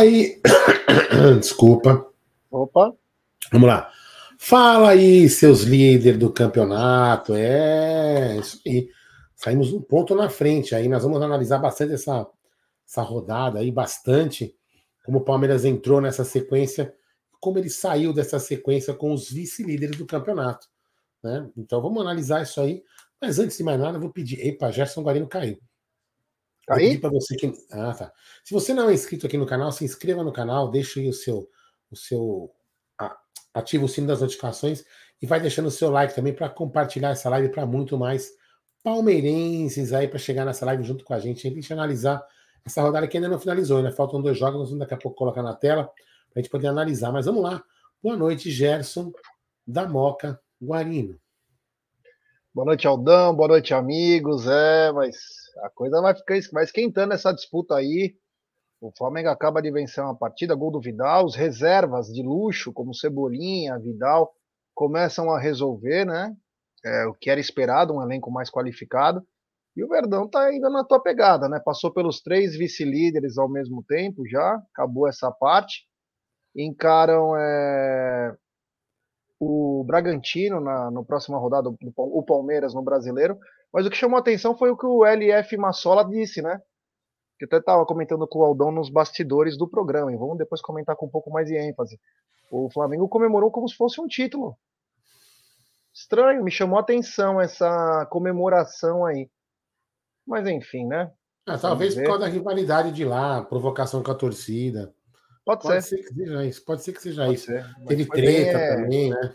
aí. Desculpa. Opa. Vamos lá. Fala aí, seus líderes do campeonato. Isso aí. Saímos um ponto na frente. Aí nós vamos analisar bastante essa rodada aí, bastante. Como o Palmeiras entrou nessa sequência, como ele saiu dessa sequência com os vice-líderes do campeonato. Né? Então vamos analisar isso aí. Mas antes de mais nada, eu vou pedir. Epa, Gerson Guarino caiu. Vou pedir para você que. Ah, tá. Se você não é inscrito aqui no canal, se inscreva no canal, deixa aí o seu. Ativa o sino das notificações e vai deixando o seu like também para compartilhar essa live para muito mais palmeirenses aí para chegar nessa live junto com a gente. A gente analisar essa rodada que ainda não finalizou, né? Faltam 2 jogos, nós vamos daqui a pouco colocar na tela para a gente poder analisar. Mas vamos lá. Boa noite, Gerson da Moca Guarino. Boa noite, Aldão. Boa noite, amigos. Mas a coisa vai esquentando essa disputa aí. O Flamengo acaba de vencer uma partida, gol do Vidal. Os reservas de luxo, como Cebolinha, Vidal, começam a resolver, né? O que era esperado, um elenco mais qualificado. E o Verdão tá indo na tua pegada, né? Passou pelos 3 vice-líderes ao mesmo tempo já, acabou essa parte. Encaram o Bragantino no próxima rodada, o Palmeiras no Brasileiro. Mas o que chamou a atenção foi o que o LF Massola disse, né? Que até estava comentando com o Aldão nos bastidores do programa, e vamos depois comentar com um pouco mais de ênfase. O Flamengo comemorou como se fosse um título. Estranho, me chamou a atenção essa comemoração aí. Mas enfim, né? Talvez por causa da rivalidade de lá, provocação com a torcida. Pode ser que seja isso, pode ser que seja pode isso. ser. Teve treta também, né?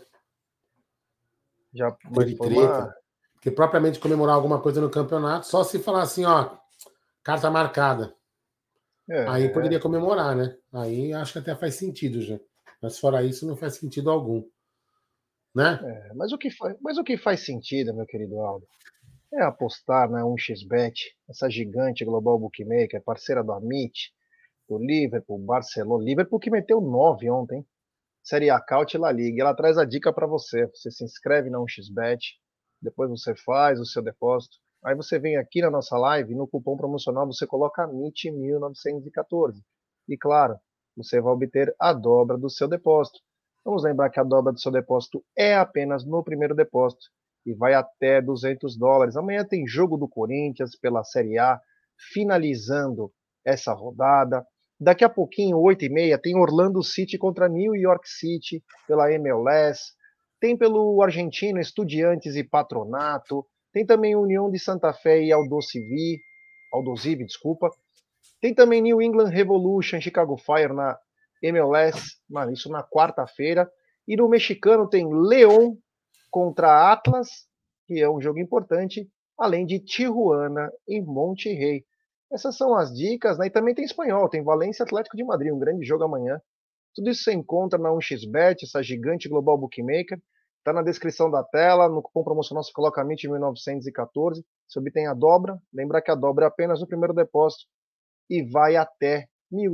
Teve treta. Porque propriamente comemorar alguma coisa no campeonato, só se falar assim, ó, carta marcada. Aí poderia comemorar, né? Aí acho que até faz sentido já. Mas fora isso, não faz sentido algum. Né? Mas o que faz sentido, meu querido Aldo, é apostar na 1xBet, essa gigante global bookmaker, parceira do Amit, do Liverpool, Barcelona. Liverpool que meteu 9 ontem. Série A, Caut e La Liga. E ela traz a dica para você. Você se inscreve na 1xBet, depois você faz o seu depósito. Aí você vem aqui na nossa live, no cupom promocional você coloca MIT1914. E claro, você vai obter a dobra do seu depósito. Vamos lembrar que a dobra do seu depósito é apenas no primeiro depósito e vai até $200. Amanhã tem jogo do Corinthians pela Série A, finalizando essa rodada. Daqui a pouquinho, 8h30, tem Orlando City contra New York City pela MLS. Tem pelo argentino Estudiantes e Patronato. Tem também União de Santa Fé e Aldosivi, desculpa. Tem também New England Revolution, Chicago Fire na MLS, isso na quarta-feira. E no mexicano tem León contra Atlas, que é um jogo importante, além de Tijuana e Monterrey. Essas são as dicas, né? E também tem espanhol, tem Valência Atlético de Madrid, um grande jogo amanhã. Tudo isso você encontra na 1xBet, essa gigante global bookmaker. Está na descrição da tela, no cupom promocional você coloca MIT1914, você obtém a dobra. Lembrar que a dobra é apenas no primeiro depósito e vai até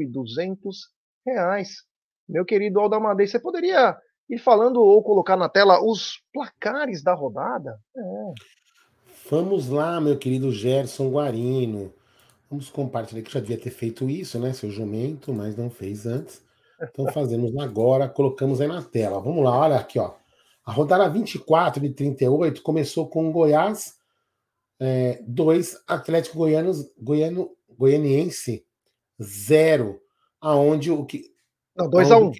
R$1.200. Meu querido Aldo Amadei, você poderia ir falando ou colocar na tela os placares da rodada? Vamos lá, meu querido Gerson Guarino. Vamos compartilhar, que já devia ter feito isso, né, seu jumento, mas não fez antes. Então fazemos agora, colocamos aí na tela. Vamos lá, olha aqui, ó. A rodada 24 de 38 começou com Goiás 2, Atlético Goianiense 0, aonde o que... Não, 2-1.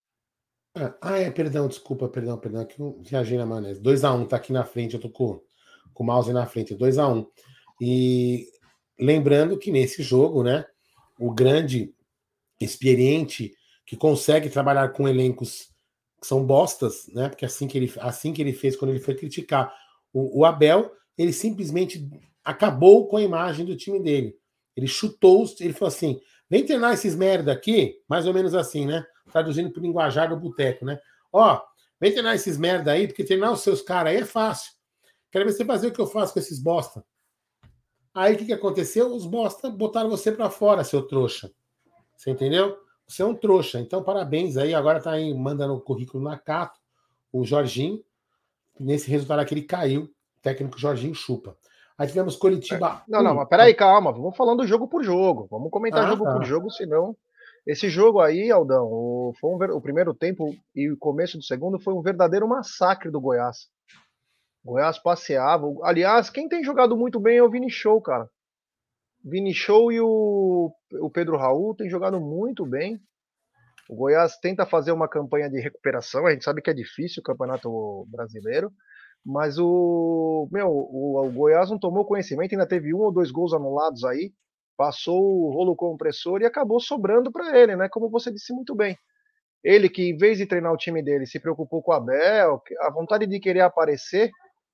Perdão, desculpa, perdão, que eu viajei na maionese. 2-1, tá aqui na frente, eu tô com o mouse na frente, 2-1. E lembrando que nesse jogo, né, o grande experiente que consegue trabalhar com elencos que são bostas, né, porque assim que ele fez quando ele foi criticar o Abel, ele simplesmente acabou com a imagem do time dele. Ele chutou, ele falou assim, vem treinar esses merda aqui, mais ou menos assim, né, traduzindo para o linguajar do boteco, né, vem treinar esses merda aí, porque treinar os seus caras aí é fácil. Quero ver você fazer o que eu faço com esses bosta. Aí o que aconteceu? Os bosta botaram você para fora, seu trouxa. Você entendeu? Você é um trouxa. Então, parabéns aí. Agora tá aí mandando o currículo na Cato, o Jorginho. Nesse resultado aqui ele caiu. O técnico Jorginho chupa. Aí tivemos Coritiba. Não, mas peraí, calma. Vamos falando jogo por jogo. Vamos comentar jogo por jogo, senão Esse jogo aí, Aldão, o primeiro tempo e o começo do segundo foi um verdadeiro massacre do Goiás. O Goiás passeava. Aliás, quem tem jogado muito bem é o Vini Show, cara. Vini Show e o Pedro Raul têm jogado muito bem. O Goiás tenta fazer uma campanha de recuperação. A gente sabe que é difícil o Campeonato Brasileiro. Mas o Goiás não tomou conhecimento, ainda teve 1 ou 2 gols anulados aí. Passou o rolo compressor e acabou sobrando para ele, né? Como você disse muito bem. Ele que, em vez de treinar o time dele, se preocupou com o Abel, a vontade de querer aparecer,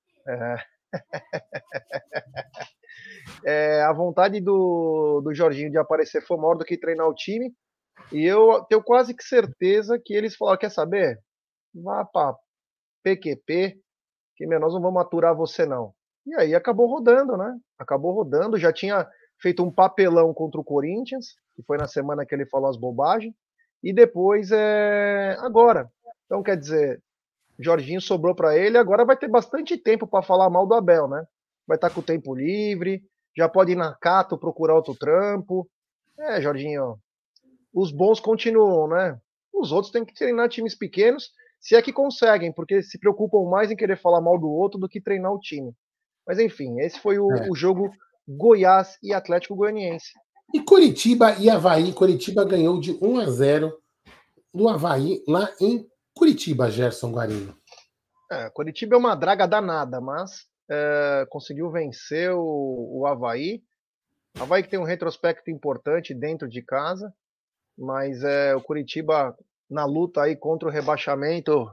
a vontade do Jorginho de aparecer foi maior do que treinar o time. E eu tenho quase que certeza que eles falaram: quer saber? Vá para PQP, que nós não vamos aturar você não. E aí acabou rodando, né? Acabou rodando, já tinha feito um papelão contra o Corinthians, que foi na semana que ele falou as bobagens, e depois agora. Então, quer dizer, Jorginho sobrou para ele, agora vai ter bastante tempo para falar mal do Abel, né? Vai estar com o tempo livre, já pode ir na Cato procurar outro trampo. Jorginho, os bons continuam, né? Os outros têm que treinar times pequenos, se é que conseguem, porque se preocupam mais em querer falar mal do outro do que treinar o time. Mas enfim, esse foi o É. jogo Goiás e Atlético Goianiense. E Curitiba e Avaí, Curitiba ganhou de 1-0 do Avaí lá em Curitiba, Gerson Guarino. Curitiba é uma draga danada, mas conseguiu vencer o Avaí. Avaí que tem um retrospecto importante dentro de casa, mas o Curitiba na luta aí contra o rebaixamento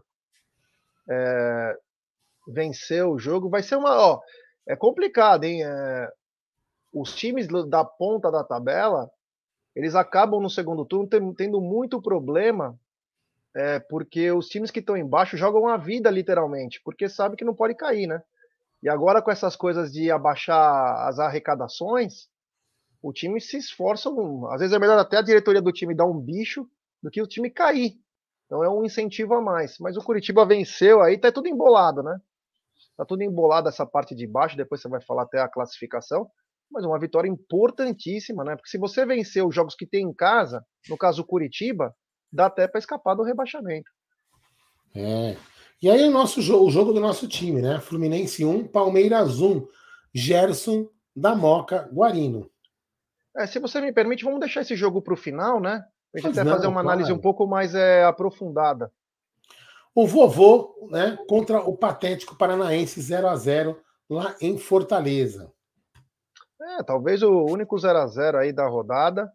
venceu o jogo. Vai ser é complicado, hein? Os times da ponta da tabela, eles acabam no segundo turno tendo muito problema, porque os times que estão embaixo jogam a vida literalmente, porque sabe que não pode cair, né? E agora com essas coisas de abaixar as arrecadações, o time se esforça. Às vezes é melhor até a diretoria do time dar um bicho do que o time cair. Então é um incentivo a mais. Mas o Curitiba venceu, aí tá tudo embolado, né? Tá tudo embolado essa parte de baixo, depois você vai falar até a classificação. Mas uma vitória importantíssima, né? Porque se você vencer os jogos que tem em casa, no caso o Curitiba, dá até para escapar do rebaixamento. É. E aí o jogo do nosso time, né? Fluminense 1, Palmeiras 1, Gerson da Moca Guarino. Se você me permite, vamos deixar esse jogo para o final, né? Pra gente Mas até fazer não, uma análise um claro. pouco mais aprofundada. O vovô, né, contra o Patético Paranaense 0-0 lá em Fortaleza. Talvez o único 0 a 0 aí da rodada.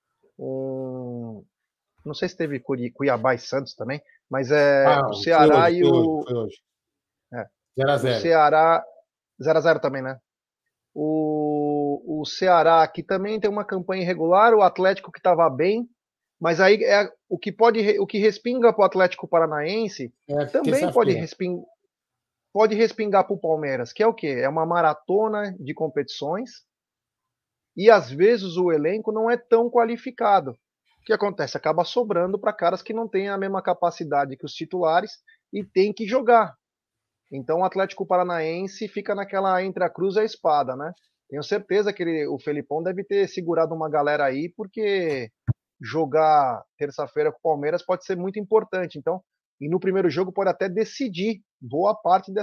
Não sei se teve Cuiabá e Santos também, mas Ah, o foi Ceará hoje, e foi hoje, foi hoje. é, o 0-0. Ceará 0 a 0 também, né? O Ceará que também tem uma campanha irregular, o Atlético que estava bem, mas aí o que respinga para o Atlético Paranaense É também terça-feira. pode respingar para o Palmeiras, que é o quê? É uma maratona de competições e às vezes o elenco não é tão qualificado. O que acontece? Acaba sobrando para caras que não têm a mesma capacidade que os titulares e tem que jogar. Então o Atlético Paranaense fica naquela entre a cruz e a espada, né? Tenho certeza que o Felipão deve ter segurado uma galera aí, porque jogar terça-feira com o Palmeiras pode ser muito importante. Então, e no primeiro jogo pode até decidir boa parte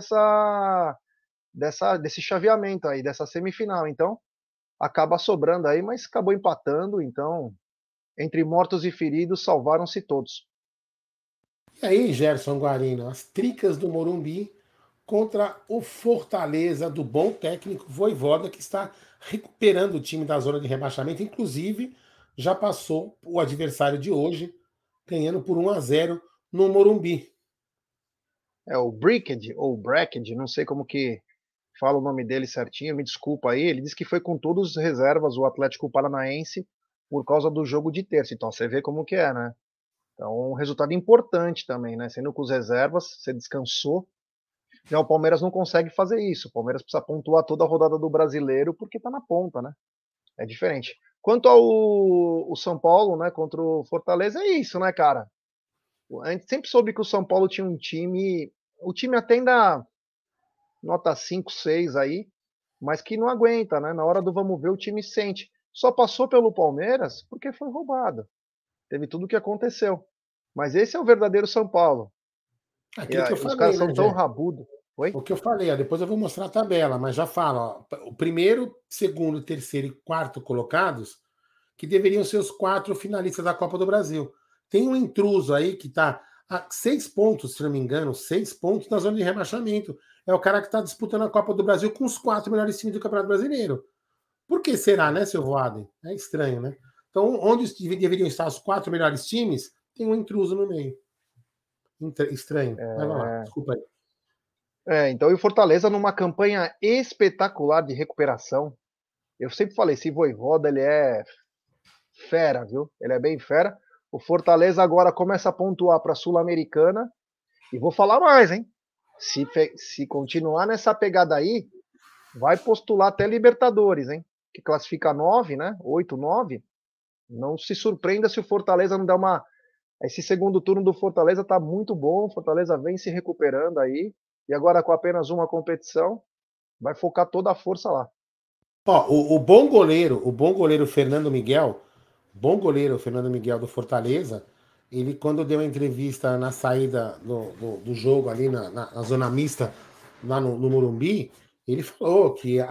desse chaveamento aí, dessa semifinal. Então, acaba sobrando aí, mas acabou empatando. Então, entre mortos e feridos, salvaram-se todos. E aí, Gerson Guarino, as tricas do Morumbi contra o Fortaleza do bom técnico Voivoda, que está recuperando o time da zona de rebaixamento, inclusive já passou o adversário de hoje, ganhando por 1-0 no Morumbi. O Bricked, ou Bracked, não sei como que fala o nome dele certinho, me desculpa aí. Ele disse que foi com todos os reservas o Atlético Paranaense por causa do jogo de terça. Então você vê como que é, né? Então, um resultado importante também, né? Sendo com os reservas, você descansou. Já o Palmeiras não consegue fazer isso. O Palmeiras precisa pontuar toda a rodada do brasileiro porque tá na ponta, né? É diferente. Quanto ao o São Paulo, né, contra o Fortaleza, é isso, né, cara? A gente sempre soube que o São Paulo tinha um time. O time até ainda nota 5, 6 aí, mas que não aguenta, né? Na hora do vamos ver, o time sente. Só passou pelo Palmeiras porque foi roubado. teve tudo o que aconteceu. Mas esse é o verdadeiro São Paulo. E Aquilo que eu aí, os caras falei, são né, tão Jé? rabudo. Oi? O que eu falei, ó, depois eu vou mostrar a tabela, mas já falo, ó, o primeiro, segundo, terceiro e quarto colocados, que deveriam ser os 4 finalistas da Copa do Brasil. Tem um intruso aí que está a 6 pontos, se não me engano, 6 pontos na zona de rebaixamento. É o cara que está disputando a Copa do Brasil com os 4 melhores times do Campeonato Brasileiro. Por que será, né, seu Voaden? É estranho, né? Então, onde deveriam estar os 4 melhores times, tem um intruso no meio. Estranho. Mas vai lá, desculpa aí. Então, e o Fortaleza numa campanha espetacular de recuperação. Eu sempre falei, esse Vojvoda, ele é fera, viu? Ele é bem fera. O Fortaleza agora começa a pontuar para a Sul-Americana. E vou falar mais, hein? Se continuar nessa pegada aí, vai postular até Libertadores, hein? Que classifica 9, né? 8, 9. Não se surpreenda se o Fortaleza não der uma. Esse segundo turno do Fortaleza tá muito bom. O Fortaleza vem se recuperando aí. E agora com apenas uma competição, vai focar toda a força lá. Ó, o bom goleiro bom goleiro Fernando Miguel do Fortaleza, ele quando deu a entrevista na saída do jogo ali na zona mista, lá no Morumbi, ele falou que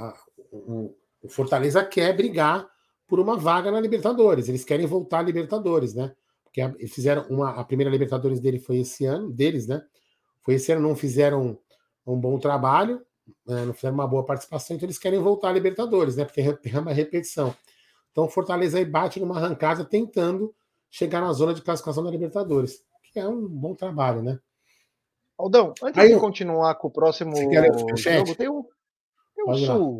o Fortaleza quer brigar por uma vaga na Libertadores. Eles querem voltar à Libertadores, né? Porque eles fizeram a primeira Libertadores dele foi esse ano, deles, né? Foi esse ano, não fizeram um bom trabalho, né? Não fizeram uma boa participação, então eles querem voltar à Libertadores, né? Porque é uma repetição. Então o Fortaleza aí bate numa arrancada tentando chegar na zona de classificação da Libertadores, que é um bom trabalho, né? Aldão, antes Aí, de continuar com o você quer ler o próximo jogo, superchat? tem um Pode ir lá.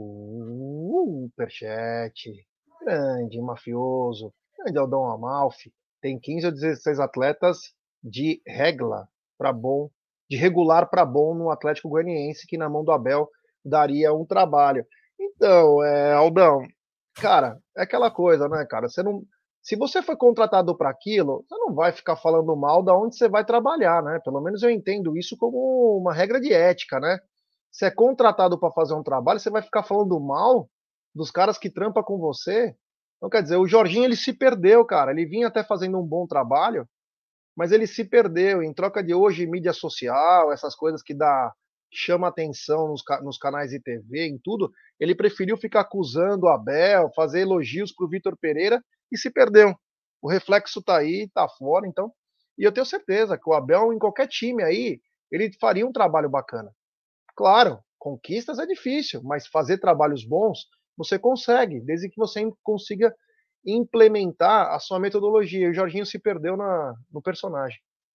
superchat. Grande, mafioso. Grande Aldão Amalfi. Tem 15 ou 16 atletas de regla para bom, de regular para bom no Atlético Goianiense, que na mão do Abel daria um trabalho. Então, Aldão, cara, é aquela coisa, né, cara? Você não, se você foi contratado para aquilo, você não vai ficar falando mal da onde você vai trabalhar, né? Pelo menos eu entendo isso como uma regra de ética, né? Você é contratado para fazer um trabalho, você vai ficar falando mal dos caras que trampam com você? Então, quer dizer, o Jorginho ele se perdeu, cara. Ele vinha até fazendo um bom trabalho, mas ele se perdeu em troca de hoje mídia social, essas coisas que chama atenção nos canais de TV, em tudo. Ele preferiu ficar acusando o Abel, fazer elogios para o Vitor Pereira e se perdeu. O reflexo tá aí, tá fora, então. E eu tenho certeza que o Abel, em qualquer time aí, ele faria um trabalho bacana. Claro, conquistas é difícil, mas fazer trabalhos bons você consegue, desde que você consiga implementar a sua metodologia. E o Jorginho se perdeu no personagem.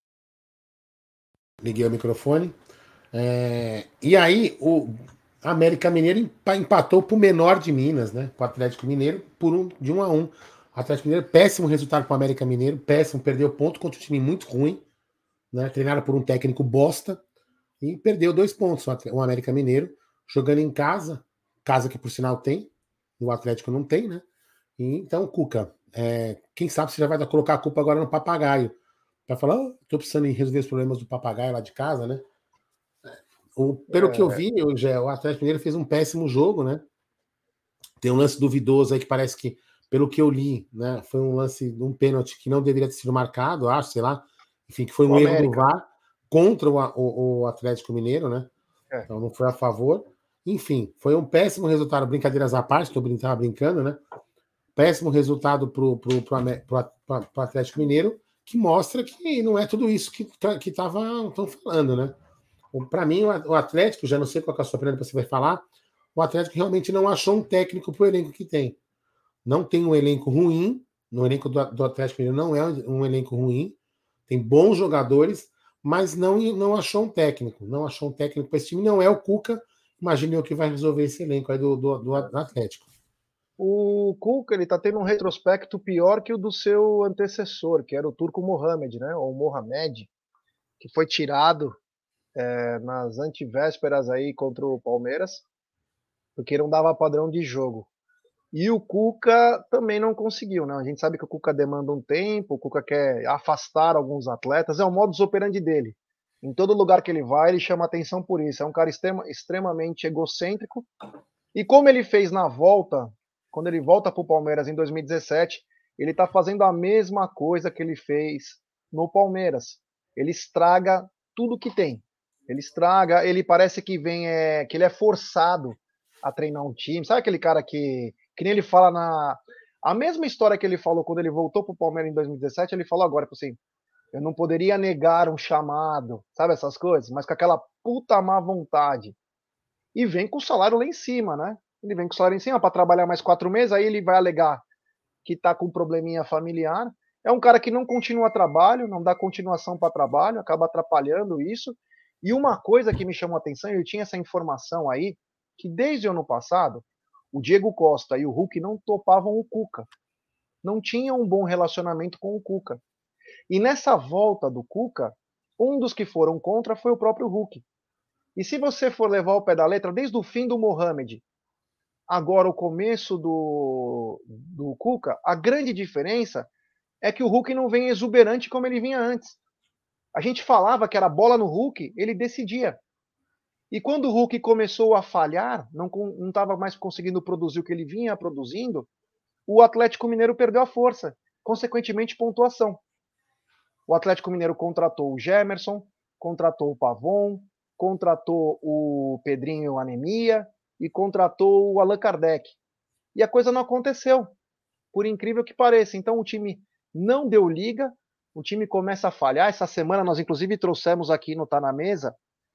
Liguei o microfone. E aí, o América Mineiro empatou para o menor de Minas, né? Para o Atlético Mineiro, de 1-1. O Atlético Mineiro, péssimo resultado para o América Mineiro, péssimo, perdeu ponto contra um time muito ruim, né? Treinado por um técnico bosta, e perdeu 2 pontos. O América Mineiro, jogando em casa, casa que por sinal tem, o Atlético não tem, né? E, então, Cuca, quem sabe você já vai colocar a culpa agora no papagaio. Vai falar, tô precisando resolver os problemas do papagaio lá de casa, né? Pelo que eu É, vi, o Atlético Mineiro fez um péssimo jogo, né? Tem um lance duvidoso aí que parece que, pelo que eu li, né, foi um lance de um pênalti que não deveria ter sido marcado, acho, sei lá. Enfim, que foi o um erro do América. VAR contra o Atlético Mineiro, né? É. Então não foi a favor. Enfim, foi um péssimo resultado, brincadeiras à parte, estava brincando, né? Péssimo resultado pro Atlético Mineiro, que mostra que não é tudo isso que estão falando, né? Para mim, o Atlético, já não sei qual é a sua opinião, você vai falar, o Atlético realmente não achou um técnico para o elenco que tem. Não tem um elenco ruim, no elenco do Atlético Mineiro não é um elenco ruim, tem bons jogadores, mas não achou um técnico. Não achou um técnico para esse time, não é o Cuca. Imagine o que vai resolver esse elenco aí do Atlético. O Cuca ele tá tendo um retrospecto pior que o do seu antecessor, que era o Turco Mohamed, né? Ou Mohamed, que foi tirado nas antevésperas aí contra o Palmeiras, porque não dava padrão de jogo. E o Cuca também não conseguiu, né? A gente sabe que o Cuca demanda um tempo, o Cuca quer afastar alguns atletas, é o modus operandi dele. Em todo lugar que ele vai, ele chama atenção por isso. É um cara extremamente egocêntrico. E como ele fez na volta, quando ele volta para o Palmeiras em 2017, ele está fazendo a mesma coisa que ele fez no Palmeiras. Ele estraga tudo que tem. Ele estraga, ele parece que que ele é forçado a treinar um time. Sabe aquele cara que nem ele fala a mesma história que ele falou quando ele voltou para o Palmeiras em 2017, ele falou agora, assim, eu não poderia negar um chamado, sabe essas coisas? Mas com aquela puta má vontade. E vem com o salário lá em cima, né? Ele vem com o salário em cima para trabalhar mais 4 meses, aí ele vai alegar que está com um probleminha familiar. É um cara que não continua trabalho, não dá continuação para trabalho, acaba atrapalhando isso. E uma coisa que me chamou a atenção, eu tinha essa informação aí, que desde o ano passado, o Diego Costa e o Hulk não topavam o Cuca. Não tinham um bom relacionamento com o Cuca. E nessa volta do Cuca, um dos que foram contra foi o próprio Hulk. E se você for levar ao pé da letra, desde o fim do Mohamed, agora o começo do Cuca, a grande diferença é que o Hulk não vem exuberante como ele vinha antes. A gente falava que era bola no Hulk, ele decidia. E quando o Hulk começou a falhar, não estava mais conseguindo produzir o que ele vinha produzindo, o Atlético Mineiro perdeu a força, consequentemente pontuação. O Atlético Mineiro contratou o Gemerson, contratou o Pavon, contratou o Pedrinho Anemia e contratou o Allan Kardec. E a coisa não aconteceu, por incrível que pareça. Então o time não deu liga, o time começa a falhar. Essa semana nós inclusive trouxemos aqui no Tá Na Mesa,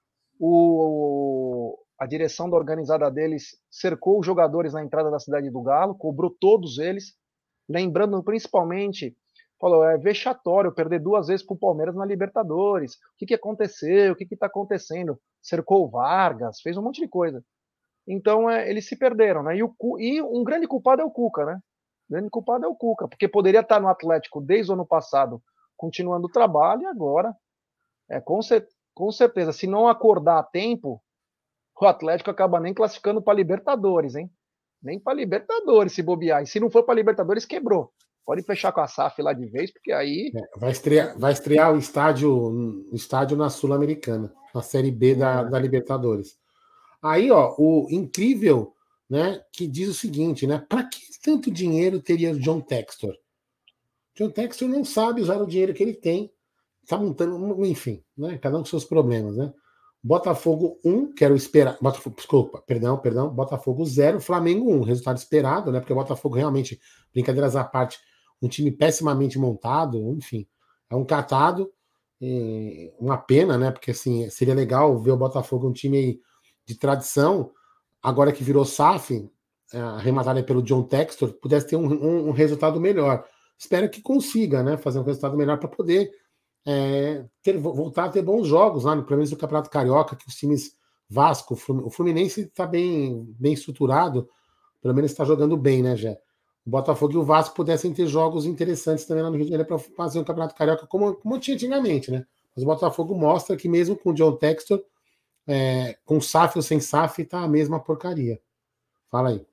a direção da organizada deles cercou os jogadores na entrada da Cidade do Galo, cobrou todos eles, lembrando principalmente, falou, é vexatório perder 2 vezes para o Palmeiras na Libertadores. O que aconteceu? O que está acontecendo? Cercou o Vargas, fez um monte de coisa. Então, eles se perderam, né? E um grande culpado é o Cuca, né? O grande culpado é o Cuca, porque poderia estar no Atlético desde o ano passado, continuando o trabalho, e agora, com certeza, se não acordar a tempo, o Atlético acaba nem classificando para Libertadores, hein? Nem para Libertadores se bobear. E se não for para Libertadores, quebrou. Pode fechar com a SAF lá de vez, porque aí. Vai estrear o estádio na Sul-Americana, na Série B da Libertadores. Aí, ó, o incrível, né, que diz o seguinte, né? Para que tanto dinheiro teria John Textor? John Textor não sabe usar o dinheiro que ele tem, tá montando, enfim, né? Cada um com seus problemas, né? Botafogo 1, quero esperar. Desculpa, perdão. Botafogo 0, Flamengo 1, resultado esperado, né? Porque o Botafogo realmente, brincadeiras à parte, um time pessimamente montado, enfim, é um catado, uma pena, né? Porque assim, seria legal ver o Botafogo um time de tradição, agora que virou SAF, arrematada pelo John Textor, pudesse ter um resultado melhor. Espero que consiga, né? Fazer um resultado melhor para poder voltar a ter bons jogos lá, pelo menos no Campeonato Carioca, que os times Vasco, o Fluminense está bem estruturado, pelo menos está jogando bem, né, Gé? O Botafogo e o Vasco pudessem ter jogos interessantes também lá no Rio de Janeiro para fazer um Campeonato Carioca como tinha antigamente, né? Mas o Botafogo mostra que mesmo com o John Textor, com SAF ou sem SAF, tá a mesma porcaria. Fala aí.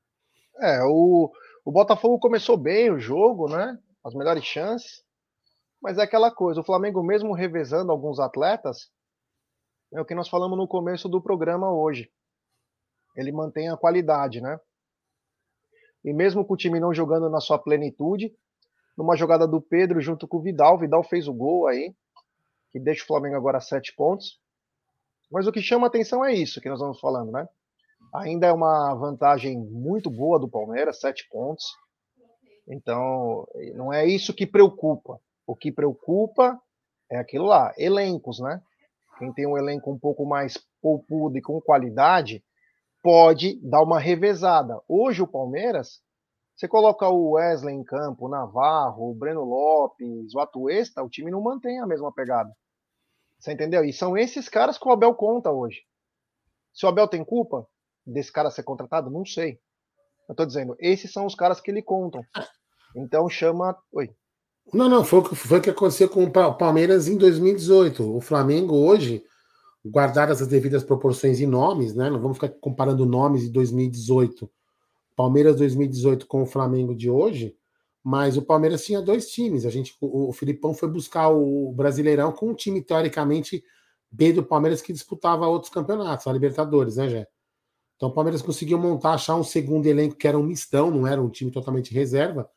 O Botafogo começou bem o jogo, né? As melhores chances. Mas é aquela coisa, o Flamengo mesmo revezando alguns atletas, é o que nós falamos no começo do programa hoje. Ele mantém a qualidade, né? E mesmo com o time não jogando na sua plenitude, numa jogada do Pedro junto com o Vidal fez o gol aí, que deixa o Flamengo agora a 7 pontos. Mas o que chama atenção é isso que nós vamos falando, né? Ainda é uma vantagem muito boa do Palmeiras, 7 pontos. Então, não é isso que preocupa. O que preocupa é aquilo lá, elencos, né? Quem tem um elenco um pouco mais poupudo e com qualidade, pode dar uma revezada. Hoje o Palmeiras, você coloca o Wesley em campo, o Navarro, o Breno Lopes, o Atuesta, o time não mantém a mesma pegada. Você entendeu? E são esses caras que o Abel conta hoje. Se o Abel tem culpa desse cara ser contratado, não sei. Eu tô dizendo, esses são os caras que ele contam. Então chama. Oi. Não, foi o que aconteceu com o Palmeiras em 2018. O Flamengo hoje, guardadas as devidas proporções e nomes, né? Não vamos ficar comparando nomes de 2018. Palmeiras 2018 com o Flamengo de hoje, mas o Palmeiras tinha 2 times. O Filipão foi buscar o Brasileirão com um time teoricamente B do Palmeiras que disputava outros campeonatos, a Libertadores, né, Jé? Então o Palmeiras conseguiu achar um segundo elenco que era um mistão, não era um time totalmente reserva.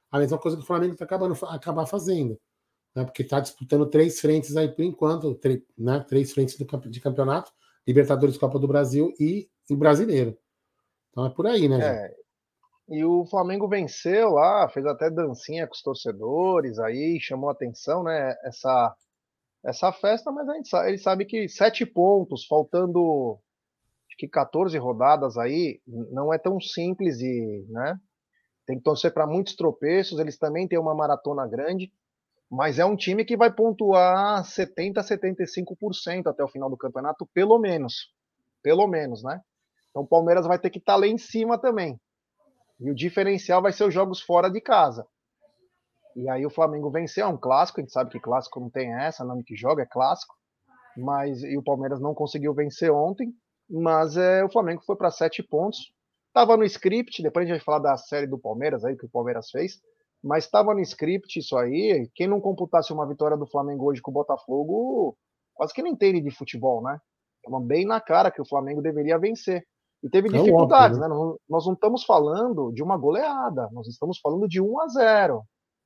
a mesma coisa que o Flamengo está acabar fazendo, né? Porque está disputando 3 frentes aí por enquanto, né? 3 frentes de campeonato, Libertadores, Copa do Brasil e Brasileiro. Então é por aí, né, gente? É, e o Flamengo venceu lá, fez até dancinha com os torcedores, aí chamou atenção, né? Essa festa, mas ele sabe que 7 pontos, faltando acho que 14 rodadas aí, não é tão simples e, né? Tem que torcer para muitos tropeços, eles também têm uma maratona grande, mas é um time que vai pontuar 70, 75% até o final do campeonato, pelo menos. Pelo menos, né? Então o Palmeiras vai ter que estar lá em cima também. E o diferencial vai ser os jogos fora de casa. E aí o Flamengo venceu, é um clássico, a gente sabe que clássico não tem essa, nome que joga é clássico, mas e o Palmeiras não conseguiu vencer ontem, mas o Flamengo foi para 7 pontos. Estava no script, depois a gente vai falar da série do Palmeiras aí que o Palmeiras fez, mas estava no script isso aí. Quem não computasse uma vitória do Flamengo hoje com o Botafogo, quase que não entende de futebol, né? Tava bem na cara que o Flamengo deveria vencer. E teve É óbvio, dificuldades, né? né? Nós não estamos falando de uma goleada, nós estamos falando de 1-0.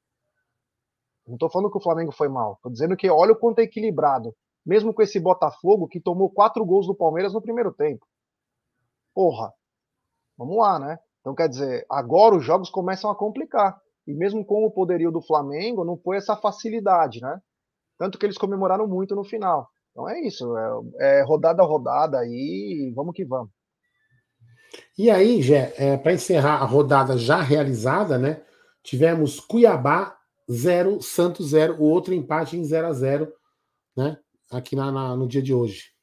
Não estou falando que o Flamengo foi mal. Estou dizendo que olha o quanto é equilibrado. Mesmo com esse Botafogo que tomou 4 gols do Palmeiras no primeiro tempo. Porra, vamos lá, né? Então quer dizer, agora os jogos começam a complicar. E mesmo com o poderio do Flamengo, não foi essa facilidade, né? Tanto que eles comemoraram muito no final. Então é isso, é rodada a rodada aí, vamos que vamos. E aí, Gé, para encerrar a rodada já realizada, né? Tivemos Cuiabá 0, Santos 0, o outro empate em 0-0, né? Aqui no dia de hoje.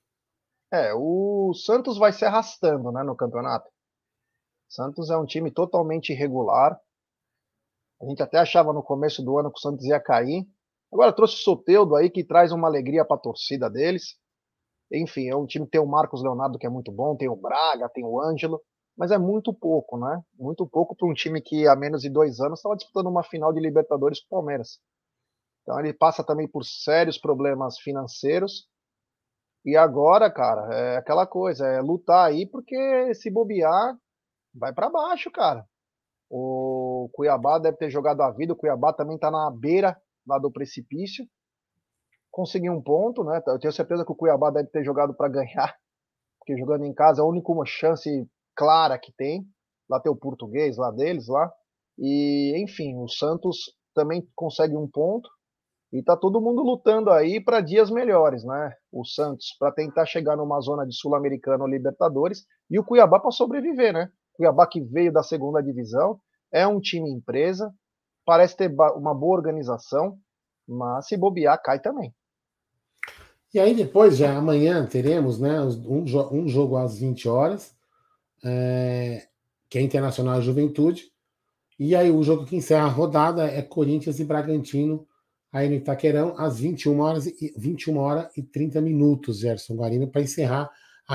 O Santos vai se arrastando, né, no campeonato. Santos é um time totalmente irregular. A gente até achava no começo do ano que o Santos ia cair. Agora trouxe o Soteldo aí que traz uma alegria para a torcida deles. Enfim, é um time que tem o Marcos Leonardo que é muito bom, tem o Braga, tem o Ângelo, mas é muito pouco, né? Muito pouco para um time que há menos de 2 anos estava disputando uma final de Libertadores com o Palmeiras. Então ele passa também por sérios problemas financeiros. E agora, cara, é aquela coisa, é lutar aí porque se bobear, vai para baixo, cara. O Cuiabá deve ter jogado a vida, o Cuiabá também está na beira lá do precipício. Conseguiu um ponto, né? Eu tenho certeza que o Cuiabá deve ter jogado para ganhar, porque jogando em casa é a única uma chance clara que tem. Lá tem o português lá deles lá. E, enfim, o Santos também consegue um ponto. E tá todo mundo lutando aí para dias melhores, né? O Santos para tentar chegar numa zona de Sul-Americana ou Libertadores e o Cuiabá para sobreviver, né? Cuiabá que veio da segunda divisão, é um time empresa, parece ter uma boa organização, mas se bobear cai também. E aí depois, já amanhã, teremos, né, um jogo às 20 horas, que é Internacional e Juventude. E aí o jogo que encerra a rodada é Corinthians e Bragantino, aí no Itaquerão, às 21 horas e 30 minutos, Gerson Guarino, para encerrar a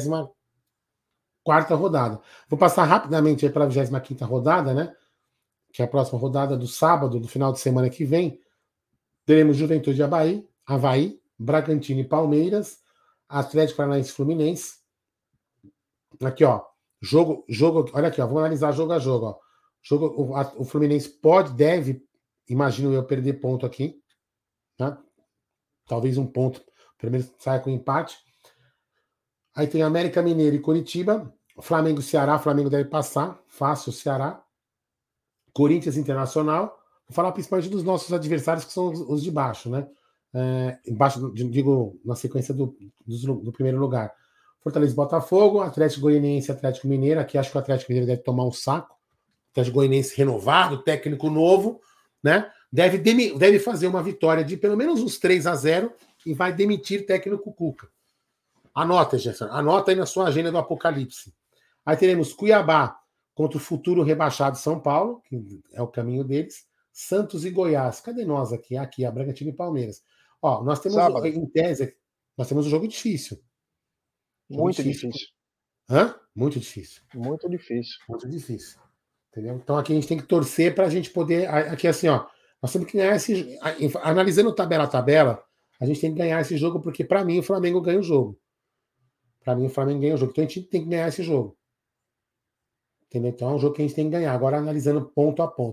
24ª rodada. Vou passar rapidamente para a 25ª rodada, né? Que é a próxima rodada do sábado, do final de semana que vem. Teremos Juventude e Avaí, Bragantino e Palmeiras, Atlético Paranaense e Fluminense. Aqui, ó. Jogo, olha aqui, ó. Vamos analisar jogo a jogo, ó. O Fluminense deve, imagino eu, perder ponto aqui. Tá? Talvez um ponto, pelo menos saia com empate. Aí tem América Mineiro e Curitiba. Flamengo e Ceará. Flamengo deve passar. Fácil o Ceará. Corinthians Internacional. Vou falar principalmente dos nossos adversários, que são os de baixo, né? Embaixo, digo, na sequência do primeiro lugar. Fortaleza e Botafogo, Atlético Goianiense e Atlético Mineiro. Aqui acho que o Atlético Mineiro deve tomar um saco. Atlético Goianiense renovado, técnico novo, né? Deve fazer uma vitória de pelo menos uns 3-0 e vai demitir técnico Cuca. Anota, Jefferson. Anota aí na sua agenda do Apocalipse. Aí teremos Cuiabá contra o futuro rebaixado São Paulo, que é o caminho deles. Santos e Goiás. Cadê nós aqui? Aqui, a Bragantino e Palmeiras. Ó, nós temos, Sábado, em tese, nós temos um jogo difícil. Jogo muito difícil. difícil. Hã? Muito difícil. Muito difícil. Muito difícil. Entendeu? Então aqui a gente tem que torcer para a gente poder. Aqui assim, ó. Nós temos que ganhar esse. Analisando tabela a tabela, a gente tem que ganhar esse jogo, porque para mim o Flamengo ganha o jogo. Para mim o Flamengo ganha o jogo. Então a gente tem que ganhar esse jogo. Entendeu? Então é um jogo que a gente tem que ganhar. Agora analisando ponto a ponto.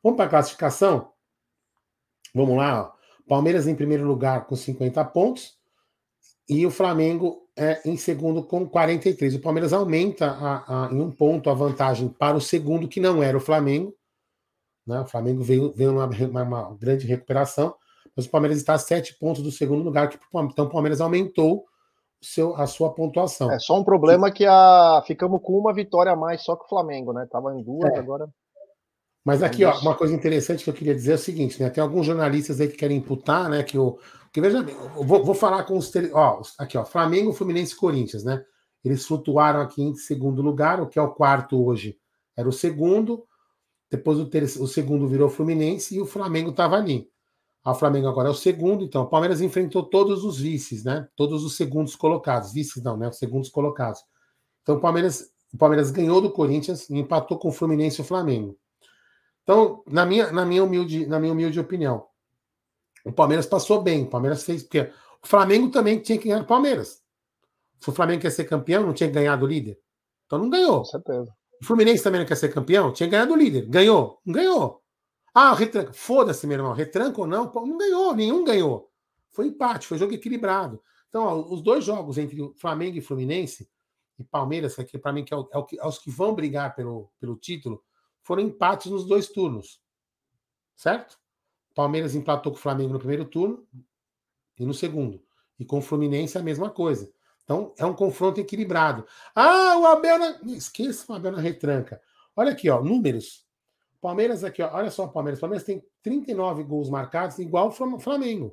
Vamos para a classificação? Vamos lá. Ó. Palmeiras em primeiro lugar com 50 pontos e o Flamengo em segundo com 43. O Palmeiras aumenta em 1 ponto a vantagem para o segundo, que não era o Flamengo. Né? O Flamengo veio uma grande recuperação, mas o Palmeiras está a 7 pontos do segundo lugar, então o Palmeiras aumentou a sua pontuação. É só um problema que ficamos com uma vitória a mais só que o Flamengo, né? Tava em 2, agora. Mas aqui, ó, uma coisa interessante que eu queria dizer é o seguinte, né? Tem alguns jornalistas aí que querem imputar, né? Que veja bem, eu vou falar com os. Aqui, ó, Flamengo, Fluminense e Corinthians, né? Eles flutuaram aqui em segundo lugar, o que é o quarto hoje era o segundo, depois o segundo virou o Fluminense e o Flamengo estava ali. O Flamengo agora é o segundo, então o Palmeiras enfrentou todos os vices, né? Todos os segundos colocados. Vices não, né? Os segundos colocados. Então o Palmeiras ganhou do Corinthians e empatou com o Fluminense e o Flamengo. Então, na minha humilde opinião, o Palmeiras passou bem. O Palmeiras fez, porque o Flamengo também tinha que ganhar do Palmeiras. Se o Flamengo quer ser campeão, não tinha que ganhar do líder. Então não ganhou. Com certeza. O Fluminense também não quer ser campeão, tinha que ganhar do líder. Ganhou? Não ganhou. Ah, retranca. Foda-se, meu irmão. Retranca ou não? Não ganhou, nenhum ganhou. Foi empate, foi jogo equilibrado. Então, ó, os dois jogos entre o Flamengo e Fluminense, e Palmeiras, aqui para mim, que é os que vão brigar pelo título, foram empates nos dois turnos. Certo? Palmeiras empatou com o Flamengo no primeiro turno e no segundo. E com o Fluminense a mesma coisa. Então, é um confronto equilibrado. Ah, o Abel na... Esqueça o Abel na retranca. Olha aqui, ó, números. Palmeiras aqui, ó, olha só o Palmeiras. O Palmeiras tem 39 gols marcados, igual o Flamengo.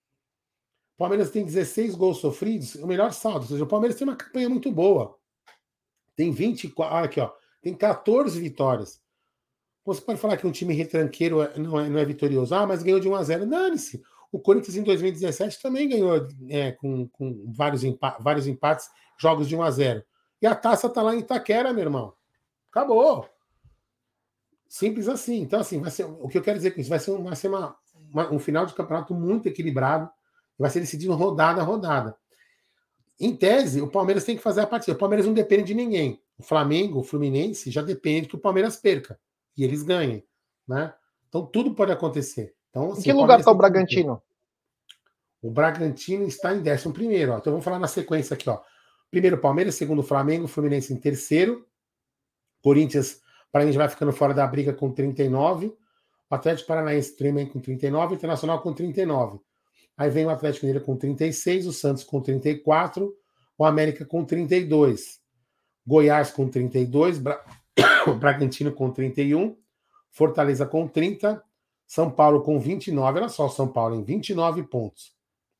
O Palmeiras tem 16 gols sofridos, o melhor saldo. Ou seja, o Palmeiras tem uma campanha muito boa. Tem 24, olha aqui, ó, tem 14 vitórias. Você pode falar que um time retranqueiro não é vitorioso. Ah, mas ganhou de 1-0. Dane-se. O Corinthians em 2017 também ganhou com vários empates, jogos de 1-0. E a taça está lá em Itaquera, meu irmão. Acabou. Simples assim. Então, assim, vai ser, o que eu quero dizer com isso, vai ser um final de campeonato muito equilibrado. Vai ser decidido rodada a rodada. Em tese, o Palmeiras tem que fazer a partida. O Palmeiras não depende de ninguém. O Flamengo, o Fluminense, já depende que o Palmeiras perca. E eles ganhem. Né? Então, tudo pode acontecer. Então, assim, em que lugar está o Bragantino? O Bragantino está em 11º. Ó. Então, vamos falar na sequência aqui. Ó. Primeiro Palmeiras, segundo Flamengo, Fluminense em terceiro. Corinthians, para a gente vai ficando fora da briga com 39. O Atlético Paranaense também com 39. Internacional com 39. Aí vem o Atlético Mineiro com 36. O Santos com 34. O América com 32. Goiás com 32. Bragantino com 31. Fortaleza com 30. São Paulo com 29. Olha só o São Paulo em 29 pontos.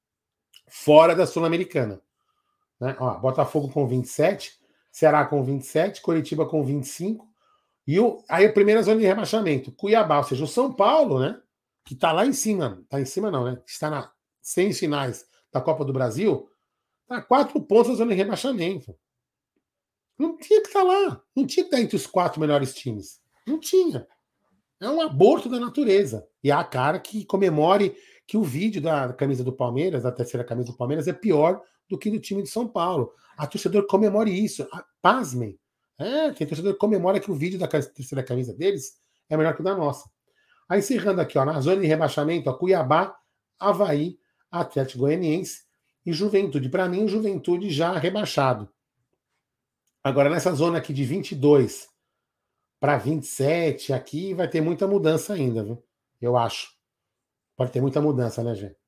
Fora da Sul-Americana. Né? Ó, Botafogo com 27. Ceará com 27. Coritiba com 25. Aí a primeira zona de rebaixamento. Cuiabá, ou seja, o São Paulo, né? Que está lá em cima. Está em cima não, né? Está nas semifinais da Copa do Brasil. Está a 4 pontos da zona de rebaixamento. Não tinha que estar lá. Não tinha que estar entre os 4 melhores times. Não tinha. É um aborto da natureza. E há cara que comemore que o vídeo da camisa do Palmeiras, da terceira camisa do Palmeiras, é pior do que do time de São Paulo. A torcedor comemore isso. Pasmem. Tem torcedor que comemora que o vídeo da terceira camisa deles é melhor que o da nossa. Aí encerrando aqui, ó, na zona de rebaixamento, ó, Cuiabá, Avaí, Atlético Goianiense e Juventude. Para mim, o Juventude já rebaixado. Agora, nessa zona aqui de 22 para 27, aqui vai ter muita mudança ainda, viu? Eu acho. Pode ter muita mudança, né, Gê?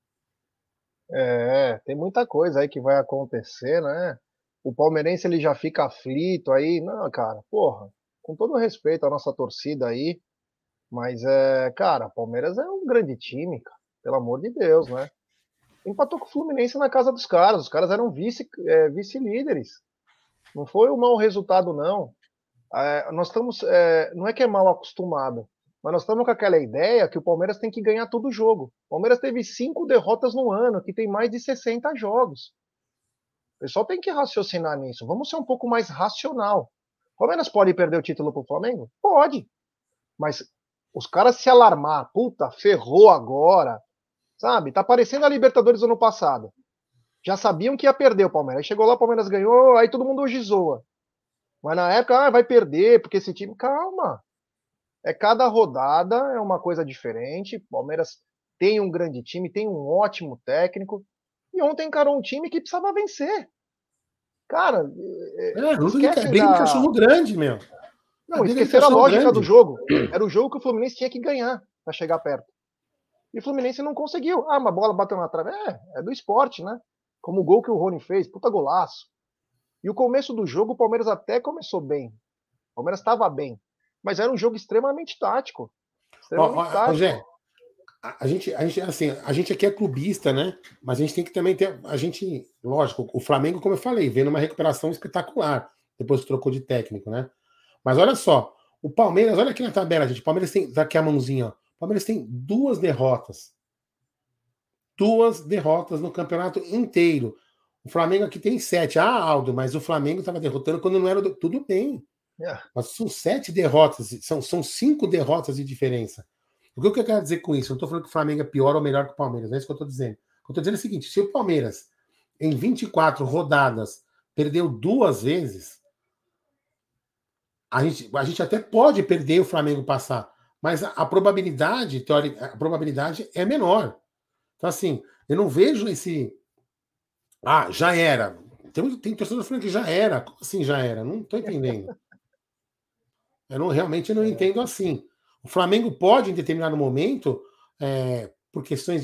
Tem muita coisa aí que vai acontecer, né? O palmeirense ele já fica aflito aí. Não, cara, porra, com todo respeito à nossa torcida aí, mas cara, Palmeiras é um grande time, cara, pelo amor de Deus, né? Empatou com o Fluminense na casa dos caras, os caras eram vice-líderes. Não foi um mau resultado, não. Nós estamos, não é que é mal acostumado, mas nós estamos com aquela ideia que o Palmeiras tem que ganhar todo jogo. O Palmeiras teve 5 derrotas no ano, que tem mais de 60 jogos. O pessoal tem que raciocinar nisso. Vamos ser um pouco mais racional. O Palmeiras pode perder o título pro Flamengo? Pode. Mas os caras se alarmar, puta, ferrou agora, sabe? Tá parecendo a Libertadores do ano passado. Já sabiam que ia perder o Palmeiras. Aí chegou lá, o Palmeiras ganhou, aí todo mundo hoje zoa. Mas na época, vai perder, porque esse time. Calma. Cada rodada é uma coisa diferente. O Palmeiras tem um grande time, tem um ótimo técnico. E ontem encarou um time que precisava vencer. Cara, É esquece briga de da. cachorro grande, meu. É Não, briga de esqueceram a cachorro lógica do grande. jogo. Era o jogo que o Fluminense tinha que ganhar para chegar perto. E o Fluminense não conseguiu. Ah, uma bola bateu na trave. É do esporte, né? Como o gol que o Rony fez, puta golaço. E o começo do jogo, o Palmeiras até começou bem. O Palmeiras estava bem. Mas era um jogo extremamente tático. Extremamente Ó, tático. Zé, assim, a gente aqui é clubista, né? Mas a gente tem que também ter. A gente, lógico, o Flamengo, como eu falei, vendo uma recuperação espetacular depois que trocou de técnico, né? Mas olha só, o Palmeiras, olha aqui na tabela, gente. O Palmeiras tem, daqui a mãozinha, ó. O Palmeiras tem 2 derrotas. 2 derrotas no campeonato inteiro. O Flamengo aqui tem 7. Ah, Aldo, mas o Flamengo estava derrotando quando não era. Tudo bem. É. Mas são 7 derrotas, são 5 derrotas de diferença. O que eu quero dizer com isso? Eu não estou falando que o Flamengo é pior ou melhor que o Palmeiras, não é isso que eu estou dizendo. O que eu estou dizendo é o seguinte: se o Palmeiras, em 24 rodadas, perdeu 2 vezes, a gente até pode perder o Flamengo passar, mas a probabilidade, teórica, a probabilidade é menor. Então, assim, eu não vejo esse. Ah, já era. Tem torcedor falando que já era. Como assim já era? Não estou entendendo. Realmente não entendo assim. O Flamengo pode, em determinado momento, por questões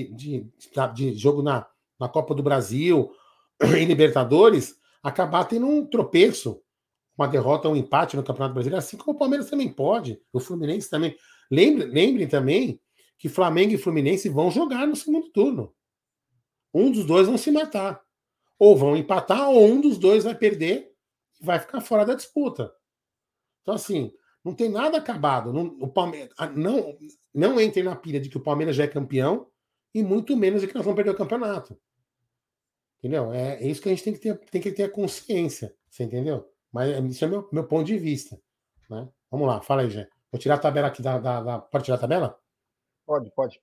de jogo na Copa do Brasil e Libertadores, acabar tendo um tropeço, uma derrota, um empate no Campeonato Brasileiro, assim como o Palmeiras também pode, o Fluminense também. Lembrem também que Flamengo e Fluminense vão jogar no segundo turno. Um dos dois vão se matar. Ou vão empatar, ou um dos dois vai perder e vai ficar fora da disputa. Então, assim, não tem nada acabado. O Palmeiras, não entrem na pilha de que o Palmeiras já é campeão e muito menos de que nós vamos perder o campeonato. Entendeu? É isso que a gente tem que ter a consciência. Você entendeu? Mas isso é meu ponto de vista. Né? Vamos lá, fala aí, Jé. Vou tirar a tabela aqui Pode tirar a tabela? Pode, pode.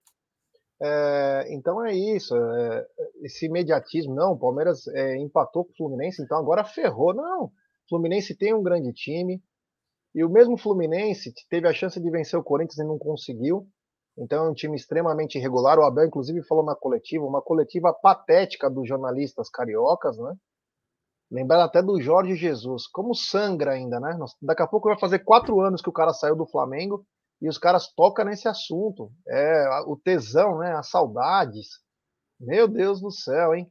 Então é isso. Esse imediatismo. Não, o Palmeiras empatou com o Fluminense, então agora ferrou. Não. O Fluminense tem um grande time. E o mesmo Fluminense teve a chance de vencer o Corinthians e não conseguiu. Então é um time extremamente irregular. O Abel, inclusive, falou na coletiva, uma coletiva patética dos jornalistas cariocas, né? Lembrando até do Jorge Jesus, como sangra ainda, né? Daqui a pouco vai fazer 4 anos que o cara saiu do Flamengo e os caras tocam nesse assunto. O tesão, né? As saudades. Meu Deus do céu, hein?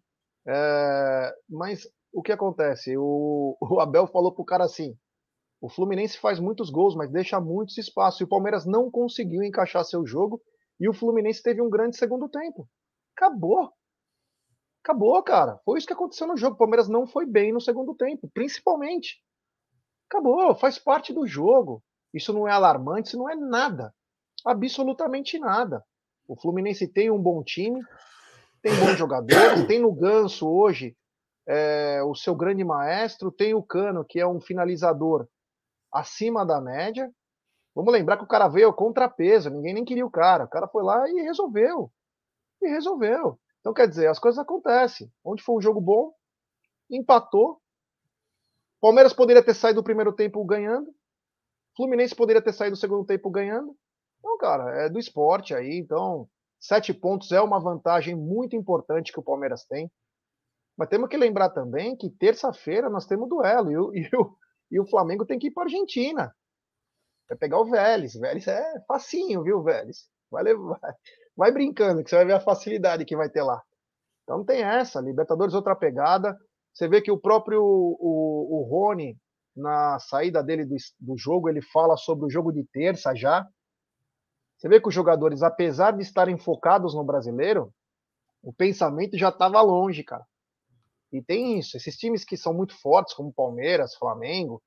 Mas o que acontece? O Abel falou pro cara assim: o Fluminense faz muitos gols, mas deixa muitos espaços. E o Palmeiras não conseguiu encaixar seu jogo. E o Fluminense teve um grande segundo tempo. Acabou. Acabou, cara. Foi isso que aconteceu no jogo. O Palmeiras não foi bem no segundo tempo, principalmente. Acabou, faz parte do jogo. Isso não é alarmante, isso não é nada. Absolutamente nada. O Fluminense tem um bom time, tem bons jogadores, tem no Ganso hoje o seu grande maestro, tem o Cano, que é um finalizador acima da média. Vamos lembrar que o cara veio contrapeso, ninguém nem queria o cara. O cara foi lá e resolveu. E resolveu. Então, quer dizer, as coisas acontecem. Onde foi um jogo bom, empatou. Palmeiras poderia ter saído do primeiro tempo ganhando. Fluminense poderia ter saído do segundo tempo ganhando. Então, cara, é do esporte aí. Então, 7 pontos é uma vantagem muito importante que o Palmeiras tem. Mas temos que lembrar também que terça-feira nós temos duelo. E o Flamengo tem que ir para a Argentina. Vai pegar o Vélez. Vélez é facinho, viu, Vélez? Vai brincando, que você vai ver a facilidade que vai ter lá. Então não tem essa. Libertadores outra pegada. Você vê que o próprio o Rony, na saída dele do jogo, ele fala sobre o jogo de terça já. Você vê que os jogadores, apesar de estarem focados no brasileiro, o pensamento já estava longe, cara. E tem isso. Esses times que são muito fortes, como Palmeiras, Flamengo,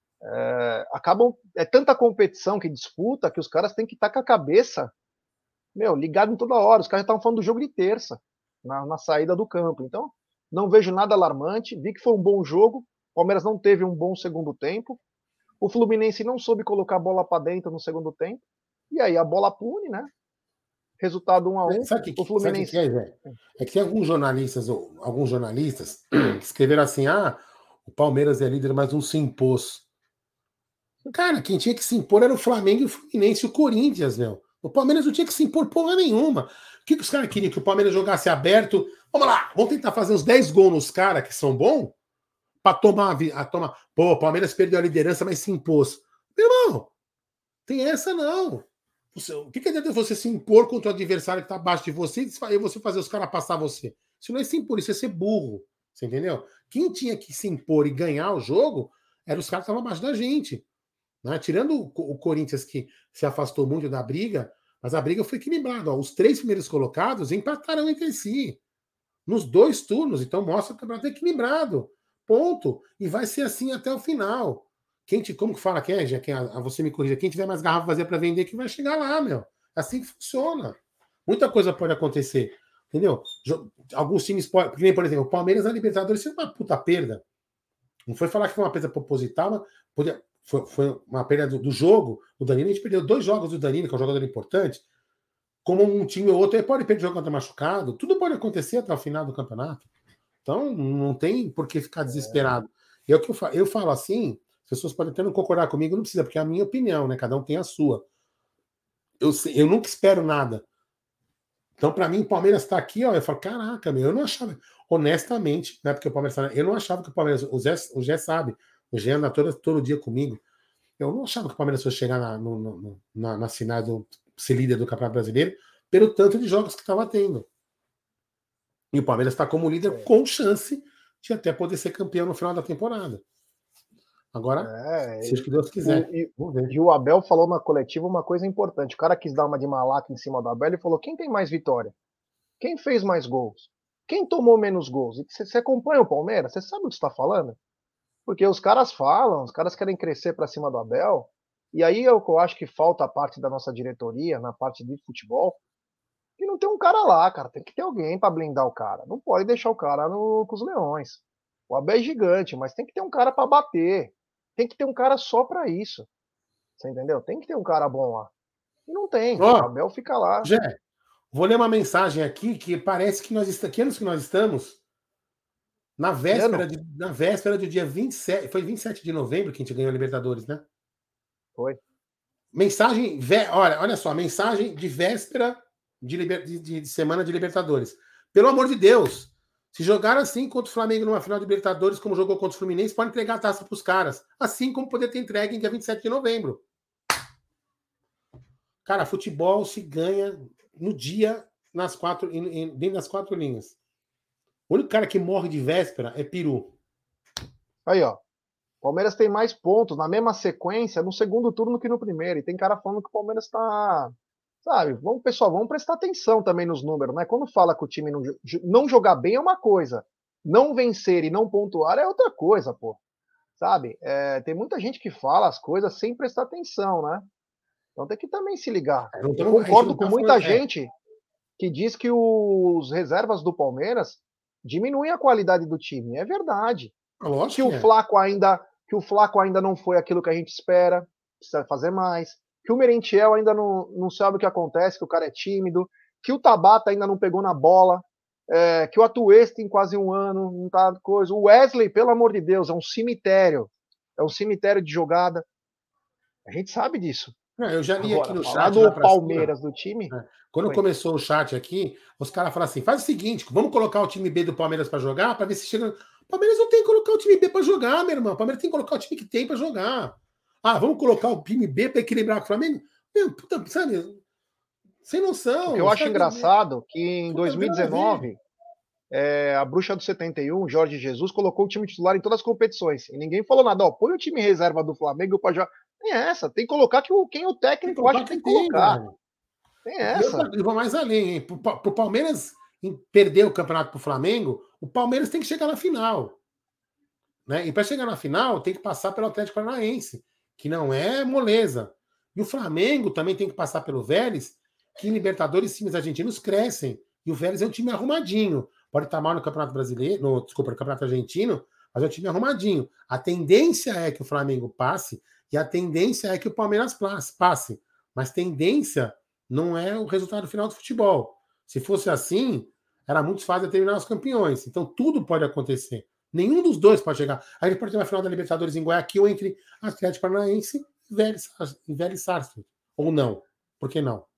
acabam. É tanta competição que disputa que os caras têm que estar com a cabeça, ligado em toda hora. Os caras já estavam falando do jogo de terça, na saída do campo. Então, não vejo nada alarmante. Vi que foi um bom jogo. O Palmeiras não teve um bom segundo tempo. O Fluminense não soube colocar a bola para dentro no segundo tempo. E aí a bola pune, né? Resultado 1-1. Sabe O o que Fluminense. é, Zé? É que tem alguns jornalistas que escreveram assim: o Palmeiras é líder, mas não se impôs. Cara, quem tinha que se impor era o Flamengo e o Fluminense, o Corinthians, meu. O Palmeiras não tinha que se impor porra nenhuma. O que os caras queriam? Que o Palmeiras jogasse aberto? Vamos lá, vamos tentar fazer uns 10 gols nos caras que são bons pra tomar a tomar. Pô, o Palmeiras perdeu a liderança, mas se impôs. Meu irmão, tem essa não. O que adianta você se impor contra o adversário que tá abaixo de você e você fazer os caras passar você? Isso não é se impor, isso é ser burro. Você entendeu? Quem tinha que se impor e ganhar o jogo eram os caras que estavam abaixo da gente. Né? Tirando o Corinthians, que se afastou muito da briga, mas a briga foi equilibrada. Ó. Os 3 primeiros colocados empataram entre si nos 2 turnos. Então mostra que o campeonato é equilibrado. Ponto. E vai ser assim até o final. Como que fala, você me corrija, quem tiver mais garrafa vazia para vender, que vai chegar lá, meu. É assim que funciona. Muita coisa pode acontecer. Entendeu? Alguns times podem, por exemplo, o Palmeiras na Libertadores foi uma puta perda. Não foi falar que foi uma perda proposital, mas foi uma perda do jogo. O Danilo, a gente perdeu 2 jogos do Danilo, que é um jogador importante. Como um time ou outro, ele pode perder o jogo quando tá machucado. Tudo pode acontecer até o final do campeonato. Então, não tem por que ficar desesperado. Eu falo assim, as pessoas podem até não concordar comigo, não precisa, porque é a minha opinião, né? Cada um tem a sua. Eu nunca espero nada. Então, para mim, o Palmeiras está aqui, ó. Eu falo, caraca, meu, eu não achava, honestamente, né? Porque o Palmeiras eu não achava que o Palmeiras, o Zé sabe, o Zé anda todo dia comigo. Eu não achava que o Palmeiras fosse chegar nas finais do ser líder do Campeonato Brasileiro, pelo tanto de jogos que estava tendo. E o Palmeiras está como líder com chance de até poder ser campeão no final da temporada. Agora, seja o que Deus quiser. Vamos ver. E o Abel falou na coletiva uma coisa importante. O cara quis dar uma de malaca em cima do Abel e falou: quem tem mais vitória? Quem fez mais gols? Quem tomou menos gols? E você acompanha o Palmeiras? Você sabe o que está falando? Porque os caras falam, os caras querem crescer para cima do Abel. E aí é o que eu acho que falta a parte da nossa diretoria, na parte de futebol, e não tem um cara lá, cara. Tem que ter alguém para blindar o cara. Não pode deixar o cara com os leões. O Abel é gigante, mas tem que ter um cara para bater. Tem que ter um cara só para isso. Você entendeu? Tem que ter um cara bom lá. E não tem. O Abel fica lá. Jé, vou ler uma mensagem aqui que parece que que anos que nós estamos? Na véspera do dia 27, foi 27 de novembro que a gente ganhou a Libertadores, né? Foi. Mensagem, olha só, mensagem de véspera de semana de Libertadores. Pelo amor de Deus, se jogar assim contra o Flamengo numa final de Libertadores, como jogou contra o Fluminense, pode entregar a taça para os caras. Assim como poder ter entregue em dia 27 de novembro. Cara, futebol se ganha no dia, dentro das 4 linhas. O único cara que morre de véspera é peru. Aí, ó. Palmeiras tem mais pontos na mesma sequência no segundo turno que no primeiro. E tem cara falando que o Palmeiras tá. Sabe, pessoal, vamos prestar atenção também nos números, né? Quando fala que o time não jogar bem é uma coisa. Não vencer e não pontuar é outra coisa, pô. Sabe? Tem muita gente que fala as coisas sem prestar atenção, né? Então tem que também se ligar. Eu concordo com muita gente que diz que os reservas do Palmeiras diminuem a qualidade do time. É verdade. Lógico Que o Flaco ainda não foi aquilo que a gente espera, precisa fazer mais. Que o Merentiel ainda não sabe o que acontece, que o cara é tímido. Que o Tabata ainda não pegou na bola. Que o Atuesta tem quase um ano, não tá coisa. O Wesley, pelo amor de Deus, é um cemitério. É um cemitério de jogada. A gente sabe disso. Eu já li aqui no falar chat. do Palmeiras do time. Quando começou o chat aqui, os caras falaram assim: faz o seguinte, vamos colocar o time B do Palmeiras para jogar, para ver se chega. O Palmeiras não tem que colocar o time B para jogar, meu irmão. O Palmeiras tem que colocar o time que tem para jogar. Ah, vamos colocar o time B para equilibrar com o Flamengo? Meu, puta, sabe? Sem noção. O que eu acho engraçado que em 2019, a bruxa do 71, Jorge Jesus, colocou o time titular em todas as competições. E ninguém falou nada. Ó, põe o time reserva do Flamengo para jogar. Tem essa, tem que colocar quem o técnico acha que tem que colocar. Tem essa. Eu vou mais além, hein? Pro Palmeiras perder o campeonato pro Flamengo, o Palmeiras tem que chegar na final. Né? E para chegar na final, tem que passar pelo Atlético Paranaense, que não é moleza. E o Flamengo também tem que passar pelo Vélez, que em Libertadores times argentinos crescem. E o Vélez é um time arrumadinho. Pode estar mal no Campeonato Brasileiro, no Campeonato Argentino, mas é um time arrumadinho. A tendência é que o Flamengo passe e a tendência é que o Palmeiras passe. Mas tendência não é o resultado final do futebol. Se fosse assim, era muito fácil determinar os campeões. Então tudo pode acontecer. Nenhum dos dois pode chegar. Aí ele pode ter uma final da Libertadores em Guayaquil entre Atlético Paranaense e Vélez Sarsfield. Ou não. Por que não?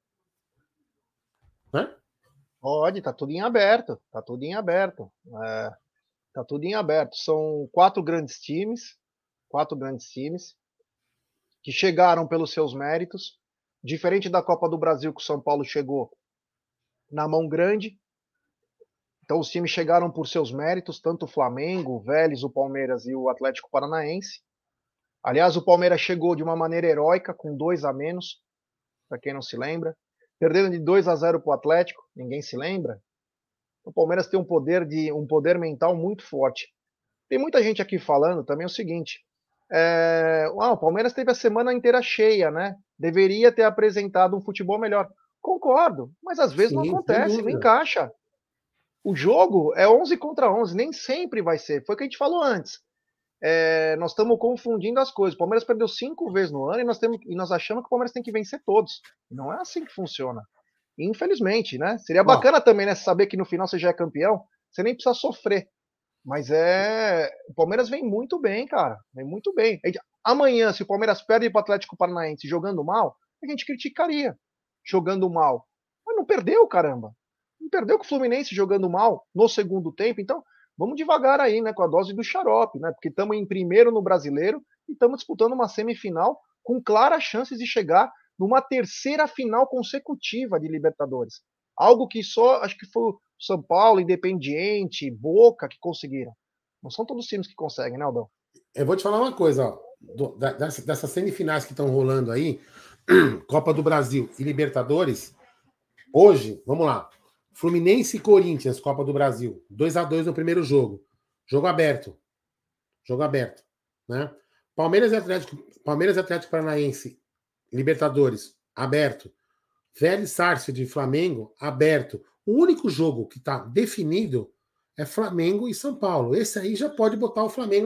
Né? Pode, tá tudo em aberto. Tá tudo em aberto. Tá tudo em aberto. São quatro grandes times. Quatro grandes times que chegaram pelos seus méritos. Diferente da Copa do Brasil, que o São Paulo chegou na mão grande. Então os times chegaram por seus méritos, tanto o Flamengo, o Vélez, o Palmeiras e o Atlético Paranaense. Aliás, o Palmeiras chegou de uma maneira heróica, com 2 a menos, para quem não se lembra. Perdendo de 2-0 para o Atlético, ninguém se lembra. O Palmeiras tem um poder mental muito forte. Tem muita gente aqui falando também o seguinte: o Palmeiras teve a semana inteira cheia, né? Deveria ter apresentado um futebol melhor. Concordo, mas às vezes não Sim, sem acontece, não dúvida. encaixa. O jogo é 11 contra 11, nem sempre vai ser. Foi o que a gente falou antes. Nós estamos confundindo as coisas. O Palmeiras perdeu 5 vezes no ano e nós achamos que o Palmeiras tem que vencer todos. Não é assim que funciona. Infelizmente, né? Seria Ó, bacana também, né? Saber que no final você já é campeão, você nem precisa sofrer. Mas o Palmeiras vem muito bem, cara. Vem muito bem. Amanhã, se o Palmeiras perde para o Atlético Paranaense jogando mal, a gente criticaria. Jogando mal. Mas não perdeu, caramba. Não perdeu com o Fluminense jogando mal no segundo tempo. Então, vamos devagar aí, né? Com a dose do xarope, né? Porque estamos em primeiro no brasileiro e estamos disputando uma semifinal com claras chances de chegar numa terceira final consecutiva de Libertadores. Algo que só, acho que foi o São Paulo, Independiente, Boca que conseguiram. Não são todos os times que conseguem, né, Aldão? eu vou te falar uma coisa, ó. Dessas semifinais que estão rolando aí, Copa do Brasil e Libertadores, hoje, vamos lá. Fluminense e Corinthians, Copa do Brasil. 2-2 no primeiro jogo. Jogo aberto. Jogo aberto. Né? Palmeiras e Atlético Paranaense, Libertadores, aberto. Vélez Sarsfield de Flamengo, aberto. O único jogo que está definido é Flamengo e São Paulo. Esse aí já pode botar o Flamengo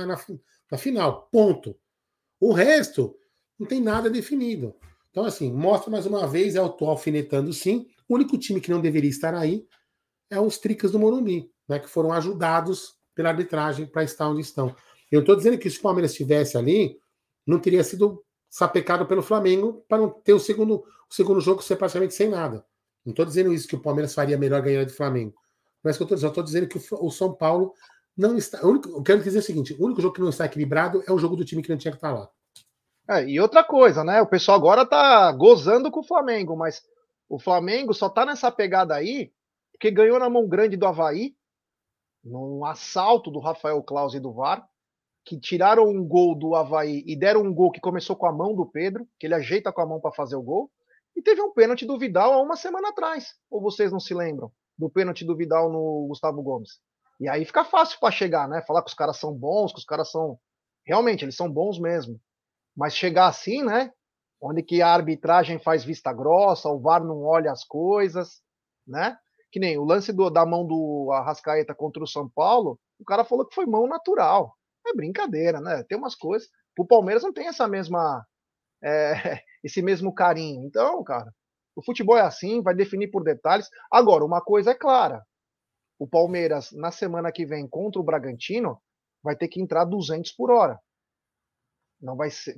na final. Ponto. O resto não tem nada definido. Então, assim, mostra mais uma vez, eu tô alfinetando sim. O único time que não deveria estar aí é os Tricas do Morumbi, né, que foram ajudados pela arbitragem para estar onde estão. Eu estou dizendo que se o Palmeiras estivesse ali, não teria sido sapecado pelo Flamengo para não ter o segundo jogo ser praticamente sem nada. Não estou dizendo isso que o Palmeiras faria melhor ganhar do Flamengo. Mas que eu estou dizendo que o São Paulo não está. Eu quero dizer o seguinte: o único jogo que não está equilibrado é o jogo do time que não tinha que estar lá. E outra coisa, né? O pessoal agora tá gozando com o Flamengo, mas o Flamengo só tá nessa pegada aí porque ganhou na mão grande do Avaí, num assalto do Rafael Claus e do VAR, que tiraram um gol do Avaí e deram um gol que começou com a mão do Pedro, que ele ajeita com a mão para fazer o gol, e teve um pênalti do Vidal há uma semana atrás. Ou vocês não se lembram do pênalti do Vidal no Gustavo Gomes? E aí fica fácil para chegar, né? Falar que os caras são bons, que os caras são. Realmente, eles são bons mesmo. Mas chegar assim, né? Onde que a arbitragem faz vista grossa, o VAR não olha as coisas, né? Que nem o lance da mão do Arrascaeta contra o São Paulo, o cara falou que foi mão natural. É brincadeira, né? Tem umas coisas. O Palmeiras não tem essa mesma, esse mesmo carinho. Então, cara, o futebol é assim, vai definir por detalhes. Agora, uma coisa é clara: o Palmeiras, na semana que vem contra o Bragantino, vai ter que entrar 200 por hora. Não vai ser,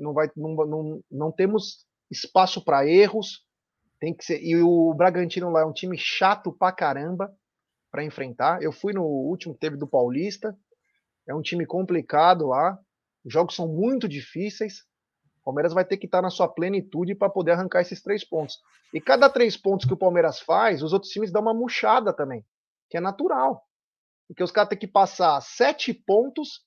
não temos espaço para erros. Tem que ser. E o Bragantino lá é um time chato pra caramba para enfrentar. Eu fui no último que teve do Paulista. É um time complicado lá. Os jogos são muito difíceis. O Palmeiras vai ter que estar na sua plenitude para poder arrancar esses 3 pontos. E cada 3 pontos que o Palmeiras faz, os outros times dão uma murchada também, que é natural. Porque os caras têm que passar 7 pontos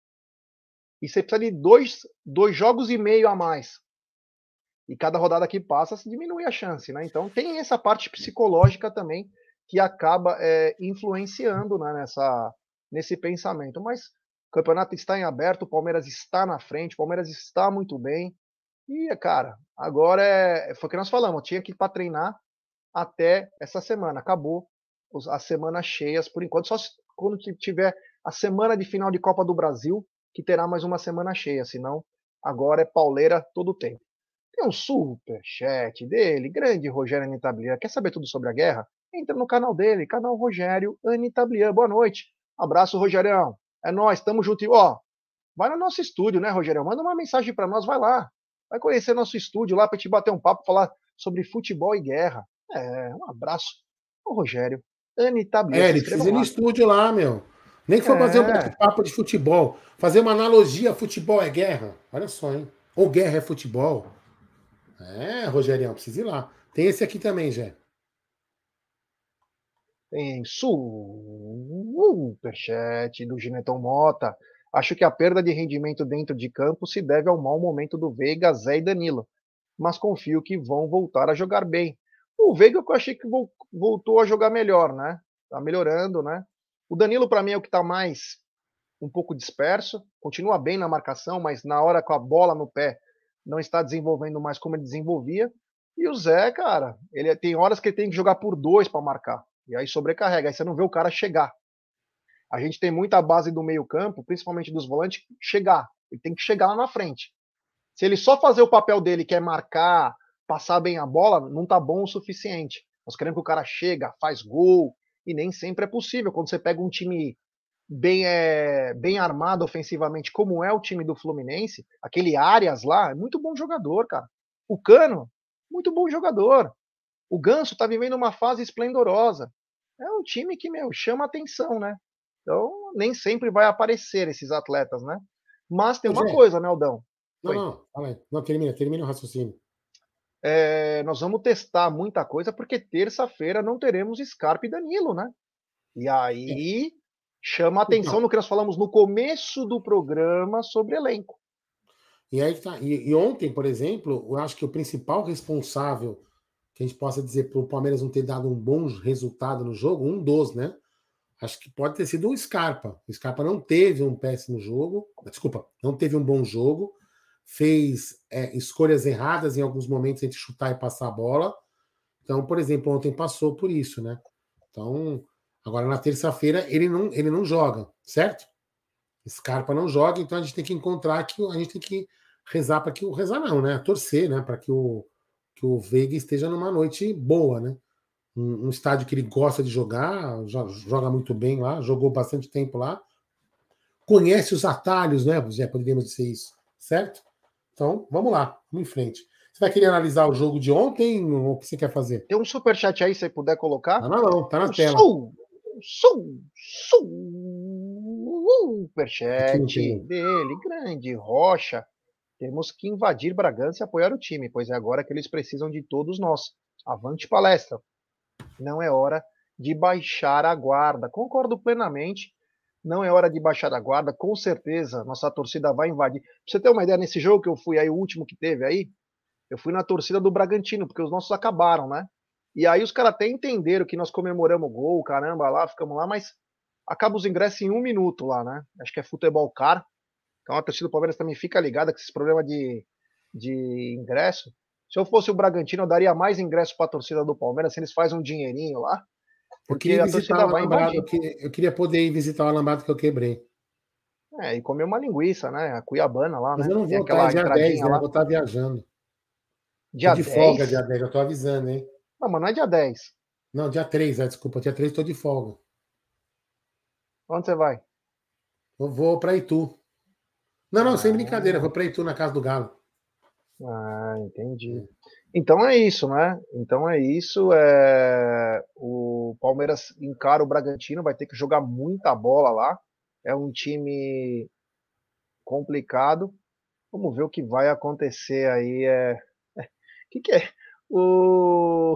e você precisa de dois jogos e meio a mais. E cada rodada que passa se diminui a chance, né? Então tem essa parte psicológica também que acaba influenciando, né, nesse pensamento. Mas o campeonato está em aberto, o Palmeiras está na frente, o Palmeiras está muito bem. E, cara, agora foi o que nós falamos, tinha que ir para treinar até essa semana. Acabou as semanas cheias, por enquanto, só quando tiver a semana de final de Copa do Brasil, que terá mais uma semana cheia, senão agora é pauleira todo o tempo. Tem um superchat dele, grande Rogério Anitablian. Quer saber tudo sobre a guerra? Entra no canal dele, canal Rogério Anitablian. Boa noite. Abraço, Rogerião. É nóis, tamo junto. E, ó, vai no nosso estúdio, né, Rogério? Manda uma mensagem para nós, vai lá. Vai conhecer nosso estúdio lá para te bater um papo, falar sobre futebol e guerra. Um abraço. O Rogério, NWS, Ele precisa escrevam ir no lá. estúdio lá, meu. Nem que for fazer um É, bate-papo de futebol. Fazer uma analogia: futebol é guerra. Olha só, hein? Ou guerra é futebol. É, Rogerião, precisa ir lá. Tem esse aqui também, Jé. tem superchat do Gineton Mota. Acho que a perda de rendimento dentro de campo se deve ao mau momento do Veiga, Zé e Danilo, mas confio que vão voltar a jogar bem. O Veiga eu achei que voltou a jogar melhor, né? Tá melhorando, né? O Danilo para mim é o que tá mais um pouco disperso, continua bem na marcação, mas na hora com a bola no pé não está desenvolvendo mais como ele desenvolvia. E o Zé, cara, ele tem horas que ele tem que jogar por dois para marcar. E aí sobrecarrega, aí você não vê o cara chegar. A gente tem muita base do meio-campo, principalmente dos volantes, chegar. Ele tem que chegar lá na frente. Se ele só fazer o papel dele, que é marcar, passar bem a bola, não tá bom o suficiente. Nós queremos que o cara chega, faz gol, e nem sempre é possível. Quando você pega um time bem armado ofensivamente, como é o time do Fluminense, aquele Arias lá, é muito bom jogador, cara. O Cano, muito bom jogador. O Ganso tá vivendo uma fase esplendorosa. É um time que, meu, chama atenção, né? Então, nem sempre vai aparecer esses atletas, né? Mas tem Ô, uma Jé. coisa, né, Aldão? Não, Oi. não. Fala aí. Não, termina o raciocínio. Nós vamos testar muita coisa, porque terça-feira não teremos Scarpa e Danilo, né? E É. aí chama atenção Então, no que nós falamos no começo do programa sobre elenco. e aí tá. E ontem, por exemplo, eu acho que o principal responsável que a gente possa dizer para o Palmeiras não ter dado um bom resultado no jogo, um dos, né? Acho que pode ter sido o Scarpa. O Scarpa não teve um péssimo jogo, desculpa, não teve um bom jogo, fez escolhas erradas em alguns momentos entre chutar e passar a bola. Então, por exemplo, ontem passou por isso, né? Então, agora na terça-feira ele não joga, certo? Scarpa não joga, então a gente tem que encontrar que a gente tem que rezar para que o rezar não, né? Torcer, né? Para que o Veiga esteja numa noite boa, né? Um estádio que ele gosta de jogar, joga muito bem lá, jogou bastante tempo lá, conhece os atalhos, né? Já poderíamos dizer isso, certo? Então, vamos lá, vamos em frente. Você vai querer analisar o jogo de ontem ou o que você quer fazer? Tem um superchat aí, se você puder colocar. Tá na mão, tá na Um tela. Aqui não superchat tem. dele, grande Rocha. Temos que invadir Bragança e apoiar o time, pois é agora que eles precisam de todos nós. Avante palestra. Não é hora de baixar a guarda. Concordo plenamente. Não é hora de baixar a guarda. Com certeza, nossa torcida vai invadir. Pra você ter uma ideia, nesse jogo que eu fui aí, o último que teve aí, eu fui na torcida do Bragantino, porque os nossos acabaram, né? E aí os caras até entenderam que nós comemoramos o gol, caramba, lá, ficamos lá, mas acaba os ingressos em 1 minuto lá, né? Acho que é futebol car. Então a torcida do Palmeiras também fica ligada com esse problema de ingresso. Se eu fosse o Bragantino, eu daria mais ingresso para a torcida do Palmeiras, se eles fazem um dinheirinho lá, Eu porque queria ir a visitar torcida o vai alambrado, invadir. eu queria poder ir visitar o alambrado que eu quebrei. E comer uma linguiça, né? A Cuiabana lá, Mas eu né? não Tem vou estar em aquela dia 10, entradinha né? Eu lá. vou estar viajando. Tô Dia de folga 10? dia 10, já tô avisando, hein? Não, mas não é dia 10. Não, dia 3, desculpa, dia 3 tô de folga. Onde você vai? Eu vou para Itu. Não, não, sem brincadeira, vou Ah, para Itu na casa do Galo. entendi. Então é isso, né? Então é isso. O Palmeiras encara o Bragantino, vai ter que jogar muita bola lá. É um time complicado. Vamos ver o que vai acontecer aí. O que é? O,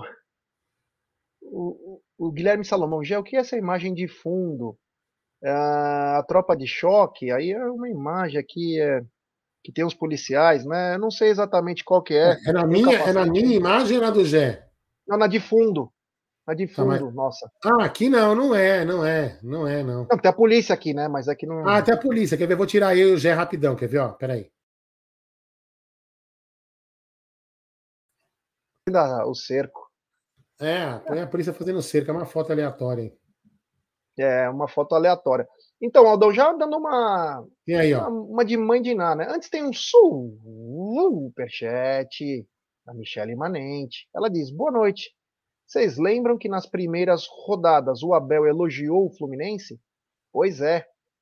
o Guilherme Salomão, Gé, o que é essa imagem de fundo? A tropa de choque, aí é uma imagem aqui que tem os policiais, né? Eu não sei exatamente qual que é. Tem um É na capacete. minha imagem ou na do Gé? Não, na de fundo. Na de Tá, mas... fundo, nossa. Aqui não, não. Não, tem a polícia aqui, né? Mas aqui não. Até a polícia, quer ver? Vou tirar eu e o Gé rapidão, quer ver? Ó, peraí. O cerco. Põe a polícia fazendo cerca, é uma foto aleatória, hein? É uma foto aleatória. Então, Aldão, já dando E aí, ó. uma de mãe de Ná, né? Antes tem um superchat da Michele Imanente. Ela diz: boa noite. Vocês lembram que nas primeiras rodadas o Abel elogiou o Fluminense? Pois é.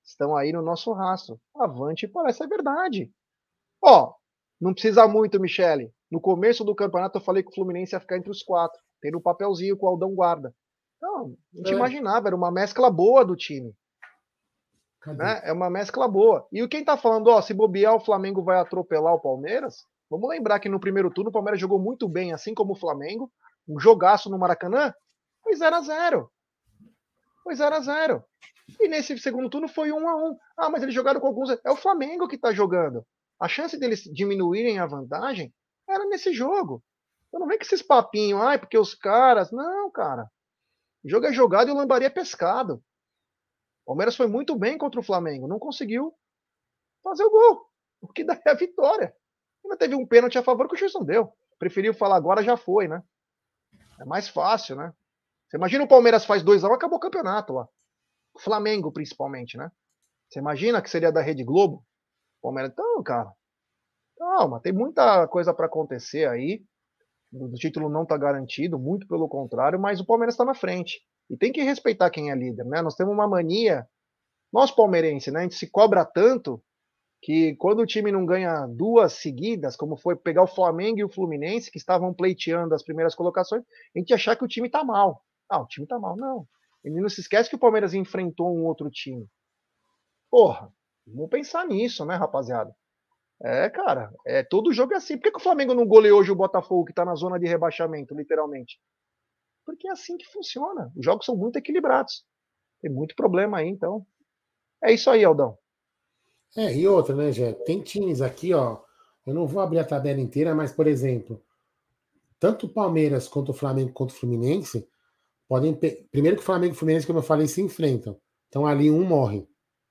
estão aí no nosso rastro. Avante, parece a verdade. Ó, não precisa muito, Michele. No começo do campeonato eu falei que o Fluminense ia ficar entre os 4, tendo um papelzinho que o Aldão guarda. Então, a gente imaginava, era uma mescla boa do time. Cadê? Né? É uma mescla boa. E quem tá falando, ó, se bobear o Flamengo vai atropelar o Palmeiras, vamos lembrar que no primeiro turno o Palmeiras jogou muito bem, assim como o Flamengo, um jogaço no Maracanã, foi 0-0. Foi 0-0. E nesse segundo turno foi 1-1. Ah, mas eles jogaram com alguns. É o Flamengo que tá jogando. A chance deles diminuírem a vantagem era nesse jogo. Eu não vem com esses papinhos, ai, porque os caras. Não, cara. O jogo é jogado e o Lambari é pescado. O Palmeiras foi muito bem contra o Flamengo, não conseguiu fazer o gol. O que dá é a vitória. Ainda teve um pênalti a favor que o juiz não deu. Preferiu falar agora, já foi, né? É mais fácil, né? Você imagina o Palmeiras faz 2-1, acabou o campeonato lá. O Flamengo, principalmente, né? Você imagina que seria da Rede Globo? Palmeiras, então, cara, calma, tem muita coisa para acontecer aí. O título não está garantido, muito pelo contrário, mas o Palmeiras está na frente. E tem que respeitar quem é líder, né? Nós temos uma mania, nós palmeirenses, né? A gente se cobra tanto que quando o time não ganha 2 seguidas, como foi pegar o Flamengo e o Fluminense, que estavam pleiteando as primeiras colocações, a gente achar que o time está mal. Ah, o time está mal. Não. Ele não se esquece que o Palmeiras enfrentou um outro time. Porra, vamos pensar nisso, né, rapaziada? Cara, todo jogo é assim. Por que o Flamengo não goleou hoje o Botafogo, que tá na zona de rebaixamento, literalmente? Porque é assim que funciona. Os jogos são muito equilibrados. Tem muito problema aí, então. É isso aí, Aldão. E outra, né, Jé? Tem times aqui, ó. Eu não vou abrir a tabela inteira, mas, por exemplo, tanto o Palmeiras quanto o Flamengo quanto o Fluminense podem. Primeiro que o Flamengo e o Fluminense, como eu falei, se enfrentam. Então ali um morre.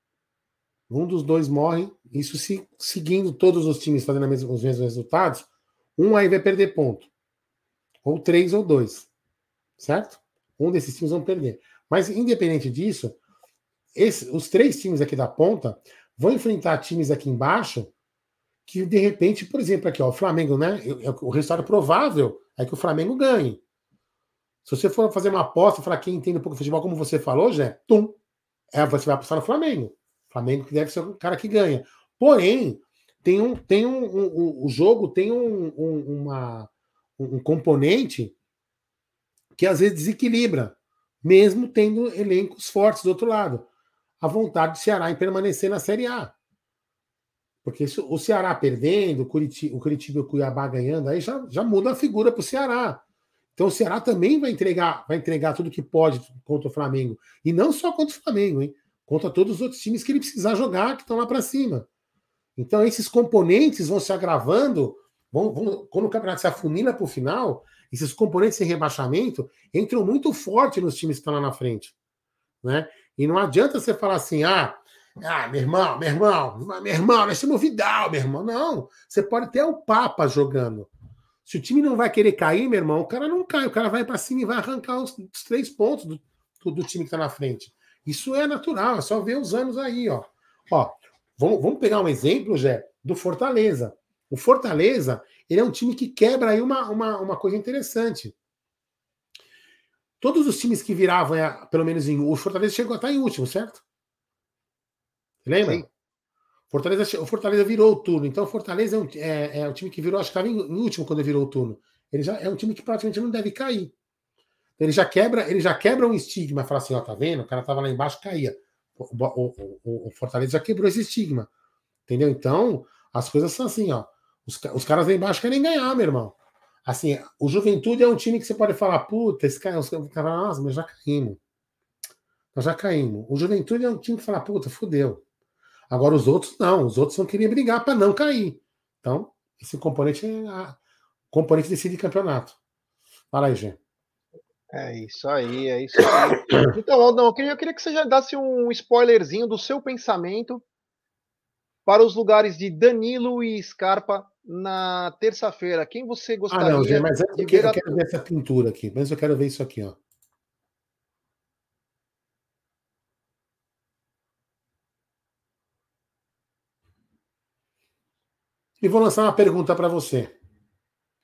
Um dos dois morre. Isso se seguindo todos os times fazendo os mesmos resultados, um aí vai perder ponto. Ou 3 ou 2. Certo? Um desses times vão perder. Mas, independente disso, os 3 times aqui da ponta vão enfrentar times aqui embaixo que, de repente, por exemplo, aqui, ó, o Flamengo, né? O resultado provável é que o Flamengo ganhe. Se você for fazer uma aposta para quem entende um pouco de futebol, como você falou, já, você vai apostar no Flamengo. Flamengo que deve ser o cara que ganha. Porém, o jogo tem um componente que às vezes desequilibra, mesmo tendo elencos fortes do outro lado. A vontade do Ceará em permanecer na Série A. Porque o Ceará perdendo, o Curitiba e o Cuiabá ganhando, aí já muda a figura para o Ceará. Então o Ceará também vai entregar tudo que pode contra o Flamengo. E não só contra o Flamengo, hein? Contra todos os outros times que ele precisar jogar, que estão lá para cima. Então esses componentes vão se agravando, quando o campeonato se afunila para o final, esses componentes em rebaixamento entram muito forte nos times que estão lá na frente. Né? E não adianta você falar assim, meu irmão, nós temos o Vidal, meu irmão. Não, você pode ter o Papa jogando. Se o time não vai querer cair, meu irmão, o cara não cai, o cara vai para cima e vai arrancar os 3 pontos do time que está na frente. Isso é natural, é só ver os anos aí, ó. Ó, vamos pegar um exemplo, Jé, do Fortaleza. O Fortaleza, ele é um time que quebra aí uma coisa interessante. Todos os times que viravam, pelo menos o Fortaleza chegou a estar em último, certo? Lembra? Sim. O Fortaleza virou o turno. Então o Fortaleza é o time que virou, acho que estava em último quando virou o turno. Ele já é um time que praticamente não deve cair. Ele já quebra um estigma, fala assim, ó, tá vendo? O cara tava lá embaixo, caía. O Fortaleza já quebrou esse estigma. Entendeu? Então, as coisas são assim, ó. Os caras lá embaixo querem ganhar, meu irmão. Assim, o Juventude é um time que você pode falar, puta, esse cara, nossa, mas já caímos. Nós já caímos. O Juventude é um time que fala, puta, fudeu. Agora os outros não, os outros vão querer brigar para não cair. Então, esse componente componente decide campeonato. Fala aí, Gê. É isso aí, é isso aí. Então, Aldão, eu queria que você já desse um spoilerzinho do seu pensamento para os lugares de Danilo e Scarpa na terça-feira. Quem você Não, Gê, gostaria mas antes de eu ver quero ver essa pintura aqui. Mas eu quero ver isso aqui, ó. E vou lançar uma pergunta para você.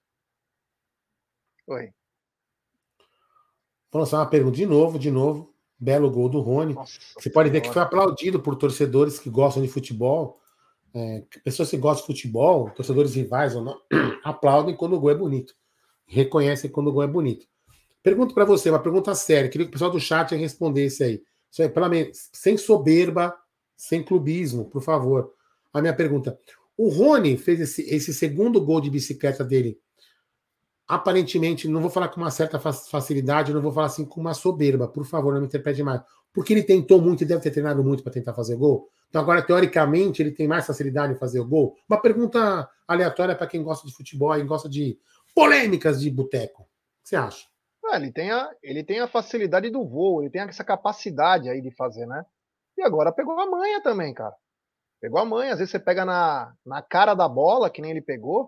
Oi. Vou lançar uma pergunta de novo. Belo gol do Rony. Nossa Você pode ver que senhora. foi aplaudido por torcedores que gostam de futebol. Pessoas que gostam de futebol, torcedores rivais ou não, aplaudem quando o gol é bonito. Reconhecem quando o gol é bonito. Pergunto para você, uma pergunta séria. Queria que o pessoal do chat respondesse aí. Isso aí, sem soberba, sem clubismo, por favor. A minha pergunta. O Rony fez esse segundo gol de bicicleta dele. Aparentemente, não vou falar com uma certa facilidade, não vou falar assim com uma soberba, por favor, não me interprete mais. Porque ele tentou muito e deve ter treinado muito para tentar fazer gol. Então, agora, teoricamente, ele tem mais facilidade em fazer o gol. Uma pergunta aleatória para quem gosta de futebol e gosta de polêmicas de boteco. O que você acha? Ele tem a facilidade do voo, ele tem essa capacidade aí de fazer, né? E agora pegou a manha também, cara. Pegou a manha. Às vezes você pega na cara da bola, que nem ele pegou,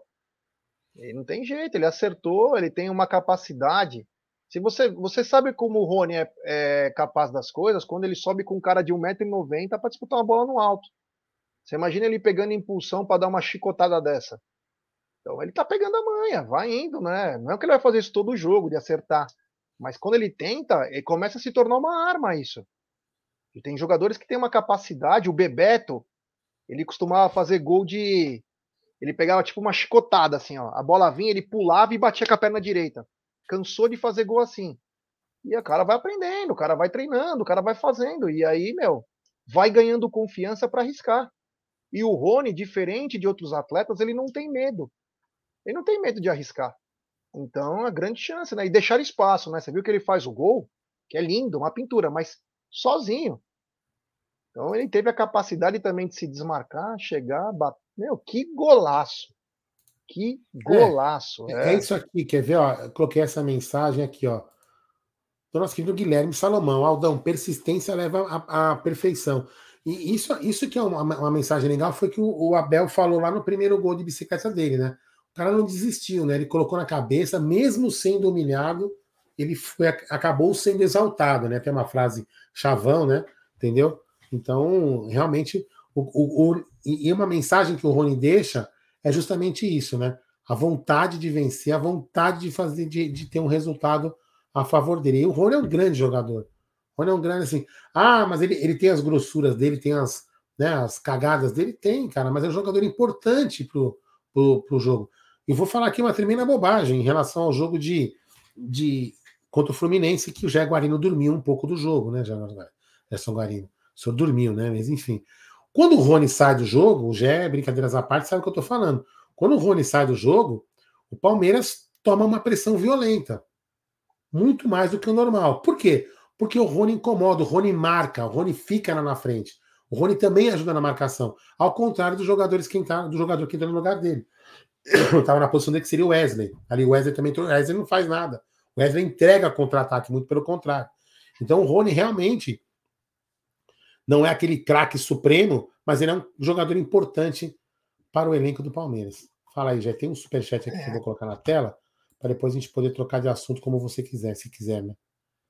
e não tem jeito, ele acertou, ele tem uma capacidade. Se você sabe como o Rony é capaz das coisas, quando ele sobe com um cara de 1,90 m para disputar uma bola no alto. Você imagina ele pegando impulsão para dar uma chicotada dessa. Então ele tá pegando a manha, vai indo, né? Não é que ele vai fazer isso todo o jogo, de acertar. Mas quando ele tenta, ele começa a se tornar uma arma isso. E tem jogadores que têm uma capacidade, o Bebeto, ele costumava fazer gol de. Ele pegava tipo uma chicotada, assim, ó. A bola vinha, ele pulava e batia com a perna direita. Cansou de fazer gol assim. E o cara vai aprendendo, o cara vai treinando, o cara vai fazendo. E aí, meu, vai ganhando confiança para arriscar. E o Rony, diferente de outros atletas, ele não tem medo. Ele não tem medo de arriscar. Então, a grande chance, né? E deixar espaço, né? Você viu que ele faz o gol, que é lindo, uma pintura, mas sozinho. Então, ele teve a capacidade também de se desmarcar, chegar, bater. Meu, que golaço! Que golaço! É isso aqui, quer ver? Ó, eu coloquei essa mensagem aqui, ó. Do nosso querido Guilherme Salomão. Aldão, persistência leva à perfeição. E isso que é uma mensagem legal foi que o Abel falou lá no primeiro gol de bicicleta dele, né? O cara não desistiu, né? Ele colocou na cabeça, mesmo sendo humilhado, acabou sendo exaltado, né? Tem uma frase chavão, né? Entendeu? Então, realmente, e uma mensagem que o Rony deixa é justamente isso, né? A vontade de vencer, a vontade de fazer, de ter um resultado a favor dele. E o Rony é um grande jogador. O Rony é um grande assim. Ah, mas ele tem as grossuras dele, tem as cagadas dele, tem, cara, mas é um jogador importante pro jogo. E vou falar aqui uma tremenda bobagem em relação ao jogo de contra o Fluminense, que o Jé Guarino dormiu um pouco do jogo, né, Gerson Guarino? O senhor dormiu, né? Mas enfim. Quando o Rony sai do jogo, o Jé, brincadeiras à parte, sabe o que eu tô falando. Quando o Rony sai do jogo, o Palmeiras toma uma pressão violenta. Muito mais do que o normal. Por quê? Porque o Rony incomoda, o Rony marca, o Rony fica lá na frente. O Rony também ajuda na marcação. Ao contrário dos jogadores do jogador que entra no lugar dele. Estava na posição dele que seria o Wesley. Ali o Wesley também. O Wesley não faz nada. O Wesley entrega contra-ataque, muito pelo contrário. Então o Rony realmente não é aquele craque supremo, mas ele é um jogador importante para o elenco do Palmeiras. Fala aí, já tem um superchat aqui que eu vou colocar na tela, para depois a gente poder trocar de assunto como você quiser, se quiser, né?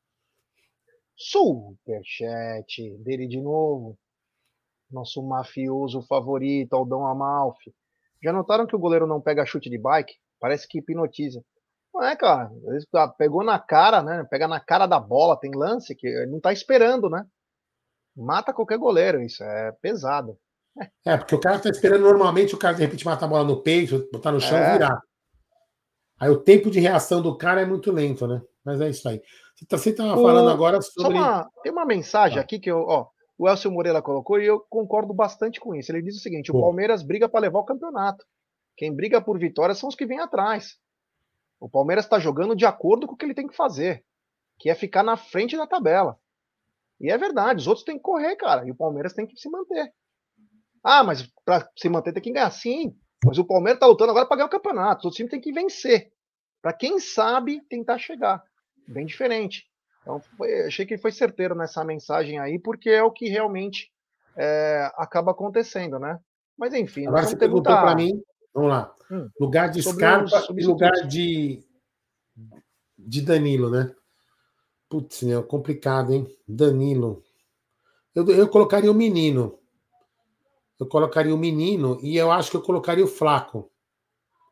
Superchat dele de novo. Nosso mafioso favorito, Aldão Amalfi. Já notaram que o goleiro não pega chute de bike? Parece que hipnotiza. Não é, cara. Ele pegou na cara, né? Pega na cara da bola, tem lance que ele não tá esperando, né? Mata qualquer goleiro, isso é pesado. Porque o cara tá esperando normalmente o cara de repente matar a bola no peito, botar no chão, É. virar. Aí o tempo de reação do cara é muito lento, né? Mas é isso aí. Você estava falando agora sobre. Tem uma mensagem Tá. aqui que o Elcio Moreira colocou e eu concordo bastante com isso. Ele diz o seguinte: o Pô, Palmeiras briga para levar o campeonato. Quem briga por vitória são os que vêm atrás. O Palmeiras está jogando de acordo com o que ele tem que fazer, que é ficar na frente da tabela. E é verdade, os outros têm que correr, cara, e o Palmeiras tem que se manter. Ah, mas para se manter tem que ganhar, sim. Mas o Palmeiras está lutando agora para ganhar o campeonato. Os outros times têm que vencer. Para quem sabe tentar chegar. Bem diferente. Então, achei que foi certeiro nessa mensagem aí, porque é o que realmente acaba acontecendo, né? Mas enfim, nós agora você vamos ter perguntou para muita. mim, vamos lá, lugar de Sobre os Scarpa e lugar substitutos. de Danilo, né? Putz, meu, complicado, hein? Danilo. Eu colocaria o menino. Eu colocaria o menino e eu acho que eu colocaria o Flaco.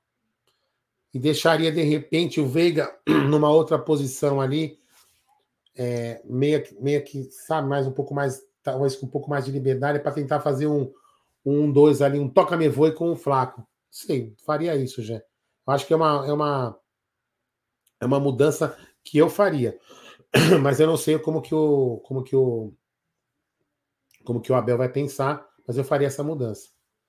E deixaria, de repente, o Veiga numa outra posição ali. meio que, sabe, mais um pouco mais, talvez com um pouco mais de liberdade para tentar fazer um 2 ali, um toca-me voe com o Flaco. Sim, faria isso, já. Eu acho que é uma mudança que eu faria. Mas eu não sei como que o Abel vai pensar, mas eu faria essa mudança.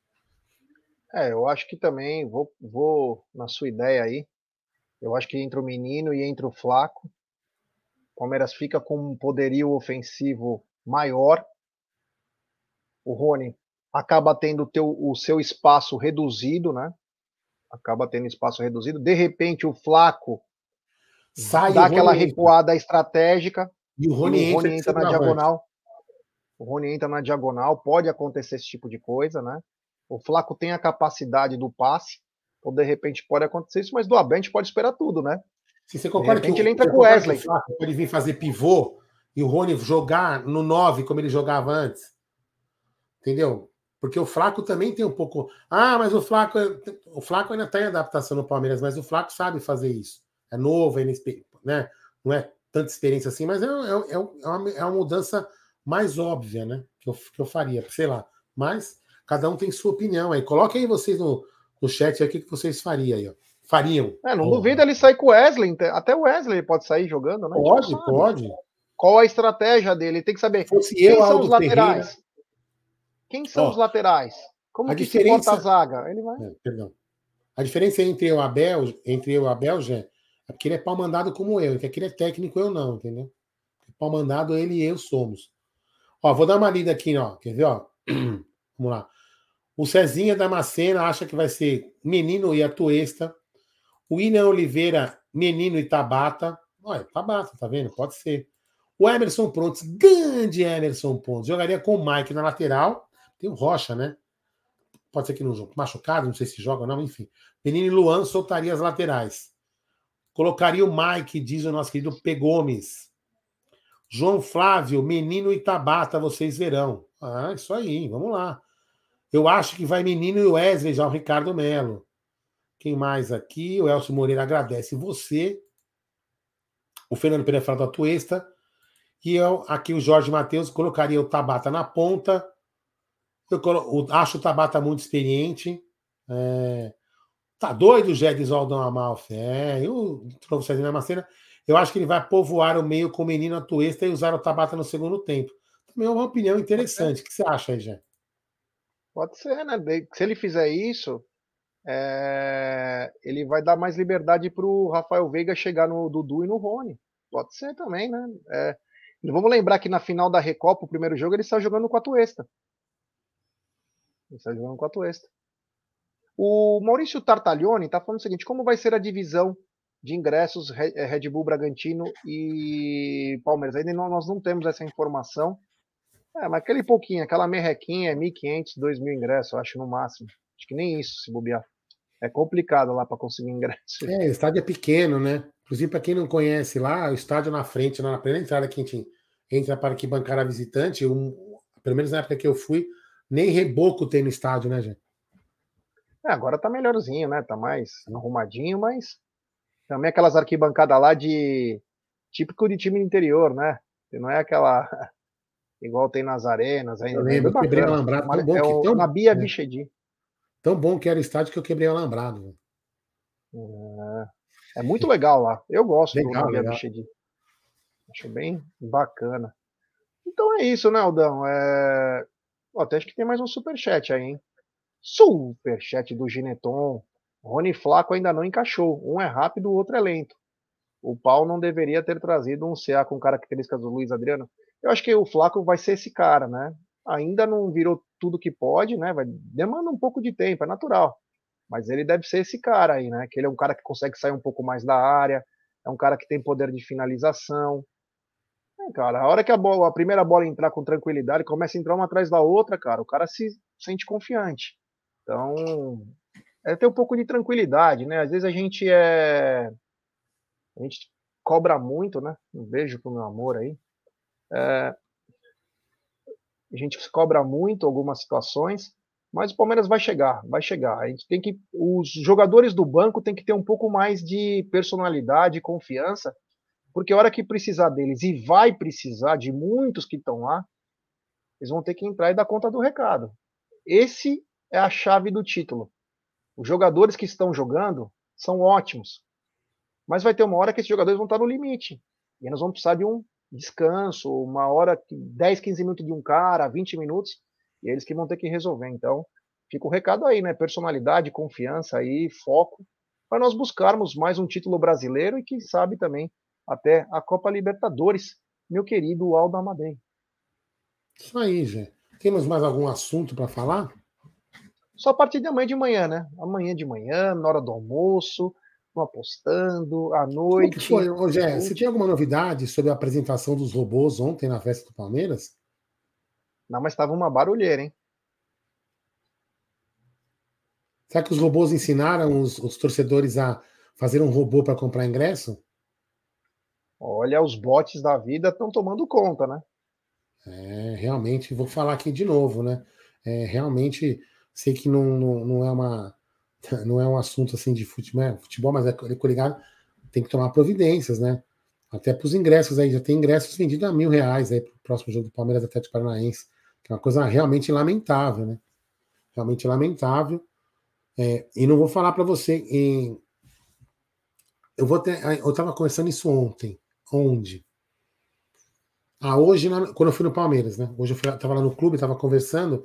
Eu acho que também vou na sua ideia aí. Eu acho que entre o Menino e entre o Flaco, o Palmeiras fica com um poderio ofensivo maior. O Rony acaba tendo o seu espaço reduzido, né? Acaba tendo espaço reduzido. De repente, o Flaco Sai, o dá aquela Rony entra. recuada estratégica E o e Rony o entra Rony de entra na centroavante. diagonal. O Rony entra na diagonal, pode acontecer esse tipo de coisa, né? O Flaco tem a capacidade do passe, ou de repente pode acontecer isso, mas do Abel a gente pode esperar tudo, né? Se De repente ele entra você com o concorda que o Wesley. Flaco pode vir fazer pivô e o Rony jogar no 9 como ele jogava antes? Entendeu? Porque o Flaco também tem um pouco. Ah, mas o Flaco ainda está em adaptação no Palmeiras, mas o Flaco sabe fazer isso. É novo, né? Não é tanta experiência assim, mas é uma mudança mais óbvia, né? Que eu faria, sei lá. Mas cada um tem sua opinião aí. Coloquem aí vocês no chat aí o que vocês fariam aí, ó. Fariam. Não duvido ele sair com o Wesley, até o Wesley pode sair jogando, né? A gente não Pode, sabe. pode. Qual a estratégia dele? Tem que Se saber fosse eu, quem são os Aldo Ferreira. laterais. Quem são os Ó, laterais? a Como que se porta a diferença. zaga? Ele vai. Perdão. A diferença entre eu e o Abel, já é porque ele é pau mandado como eu, que aquele é técnico, eu não, entendeu? Pau mandado, ele e eu somos. Ó, vou dar uma lida aqui, ó. Quer ver, ó? Vamos lá. O Cezinha Damascena acha que vai ser Menino e Atuesta. O William Oliveira, Menino e Tabata. Olha, Tabata, tá vendo? Pode ser. O Emerson Pontes, grande Emerson Pontes. Jogaria com o Mike na lateral. Tem o Rocha, né? Pode ser que não jogue. Machucado, não sei se joga ou não, enfim. Menino e Luan soltaria as laterais. Colocaria o Mike, diz o nosso querido P. Gomes. João Flávio, Menino e Tabata, vocês verão. Ah, isso aí, vamos lá. Eu acho que vai Menino e Wesley, já o Ricardo Melo. Quem mais aqui? O Elcio Moreira agradece você. O Fernando Pereira fala da Tuesta. E eu, aqui o Jorge Matheus colocaria o Tabata na ponta. Acho o Tabata muito experiente. Tá doido o Jedis Aldão Amalfi? E o novo César Macena. Eu acho que ele vai povoar o meio com o Menino Atuesta e usar o Tabata no segundo tempo. Também é uma opinião interessante. O que você acha aí, Jé? Pode ser, né? Se ele fizer isso, ele vai dar mais liberdade para o Rafael Veiga chegar no Dudu e no Rony. Pode ser também, né? Vamos lembrar que na final da Recopa, o primeiro jogo, ele saiu jogando com a Atuesta. Ele saiu jogando com a Atuesta. O Maurício Tartaglione está falando o seguinte: como vai ser a divisão de ingressos Red Bull Bragantino e Palmeiras? Ainda nós não temos essa informação. Mas aquele pouquinho, aquela merrequinha, 1.500, 2.000 ingressos, eu acho no máximo. Acho que nem isso, se bobear. É complicado lá para conseguir ingresso. O estádio é pequeno, né? Inclusive, para quem não conhece lá, o estádio na frente, na primeira entrada que a gente entra para arquibancada visitante, pelo menos na época que eu fui, nem reboco tem no estádio, né, gente? Agora tá melhorzinho, né? Tá mais arrumadinho, mas também aquelas arquibancadas lá de típico de time interior, né? Não é aquela igual tem nas arenas, Eu ainda é bem lembro, eu quebrei o bacana. alambrado, tão bom É que o tão, Nabia Bichedi. tão bom que era o estádio que eu quebrei o alambrado. É muito legal lá. Eu gosto do Legal, Nabia legal. Bichedi. Acho bem bacana. Então é isso, né, Aldão? Até acho que tem mais um superchat aí, hein? Superchat do Gineton. Rony Flaco ainda não encaixou. Um é rápido, o outro é lento. O Pau não deveria ter trazido um CA com características do Luiz Adriano. Eu acho que o Flaco vai ser esse cara, né? Ainda não virou tudo que pode, né? Demanda um pouco de tempo, é natural. Mas ele deve ser esse cara aí, né? Que ele é um cara que consegue sair um pouco mais da área, é um cara que tem poder de finalização. Cara, a hora que a primeira bola entrar com tranquilidade, começa a entrar uma atrás da outra, cara, o cara se sente confiante. Então, ter um pouco de tranquilidade, né? Às vezes a gente cobra muito, né? Um beijo pro meu amor aí. A gente cobra muito algumas situações, mas o Palmeiras vai chegar, vai chegar. A gente tem que, os jogadores do banco têm que ter um pouco mais de personalidade e confiança Porque a hora que precisar deles, e vai precisar de muitos que estão lá, eles vão ter que entrar e dar conta do recado. Esse é a chave do título. Os jogadores que estão jogando são ótimos, mas vai ter uma hora que esses jogadores vão estar no limite. E nós vamos precisar de um descanso, uma hora, 10, 15 minutos de um cara, 20 minutos, e eles que vão ter que resolver. Então, fica o recado aí, né? Personalidade, confiança aí, foco, para nós buscarmos mais um título brasileiro e quem sabe também até a Copa Libertadores, meu querido Aldo Amadei. Isso aí, Zé. Temos mais algum assunto para falar? Só a partir de amanhã de manhã, né? Amanhã de manhã, na hora do almoço, vão apostando, à Como que foi, noite. Zé? Você tem alguma novidade sobre a apresentação dos robôs ontem na festa do Palmeiras? Não, mas estava uma barulheira, hein? Será que os robôs ensinaram os torcedores a fazer um robô para comprar ingresso? Olha, os bots da vida estão tomando conta, né? Realmente, vou falar aqui de novo, né? Realmente, sei que não é não é um assunto assim de futebol, mas é coligado, tem que tomar providências, né? Até para os ingressos aí, já tem ingressos vendidos a R$ 1.000 aí para o próximo jogo do Palmeiras Atlético Paranaense, que é uma coisa realmente lamentável, né? Realmente lamentável. E não vou falar para você. Eu estava conversando isso ontem. Onde? Hoje, quando eu fui no Palmeiras, né? Hoje eu estava lá no clube, estava conversando,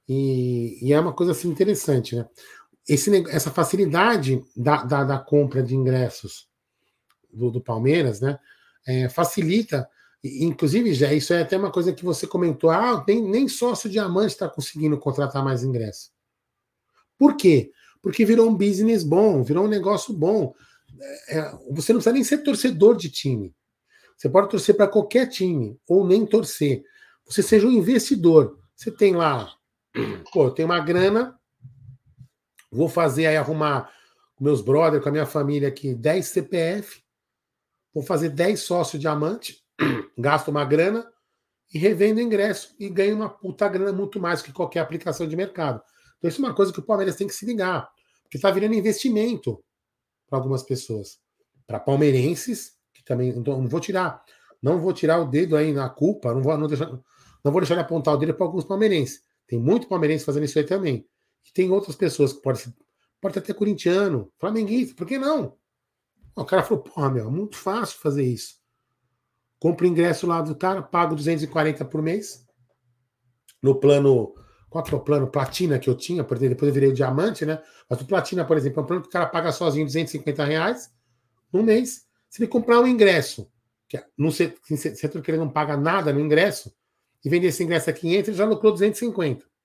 e é uma coisa assim interessante, né? Essa facilidade da compra de ingressos do Palmeiras, né? Facilita, inclusive, já isso é até uma coisa que você comentou, nem sócio diamante está conseguindo contratar mais ingressos. Por quê? Porque virou um business bom, virou um negócio bom. Você não precisa nem ser torcedor de time. Você pode torcer para qualquer time, ou nem torcer. Você seja um investidor. Você tem lá, eu tenho uma grana, vou fazer aí arrumar com meus brothers, com a minha família aqui, 10 CPF, vou fazer 10 sócios diamante, gasto uma grana e revendo ingresso e ganho uma puta grana muito mais que qualquer aplicação de mercado. Então isso é uma coisa que o Palmeiras tem que se ligar, porque está virando investimento para algumas pessoas. Para palmeirenses, que também então, não vou tirar o dedo aí na culpa, não vou deixar de apontar o dedo para alguns palmeirenses. Tem muito palmeirense fazendo isso aí também. E tem outras pessoas que pode até corintiano, flamenguista, por que não? O cara falou, porra, meu, é muito fácil fazer isso. Compra o ingresso lá do cara, pago 240 por mês. No plano. Qual que é o plano? Platina que eu tinha, porque depois eu virei o diamante, né? Mas o Platina, por exemplo, é um plano que o cara paga sozinho R$ 250 no mês. Se ele comprar um ingresso, no setor que ele não paga nada no ingresso, e vender esse ingresso a 500, ele já lucrou 250. Ou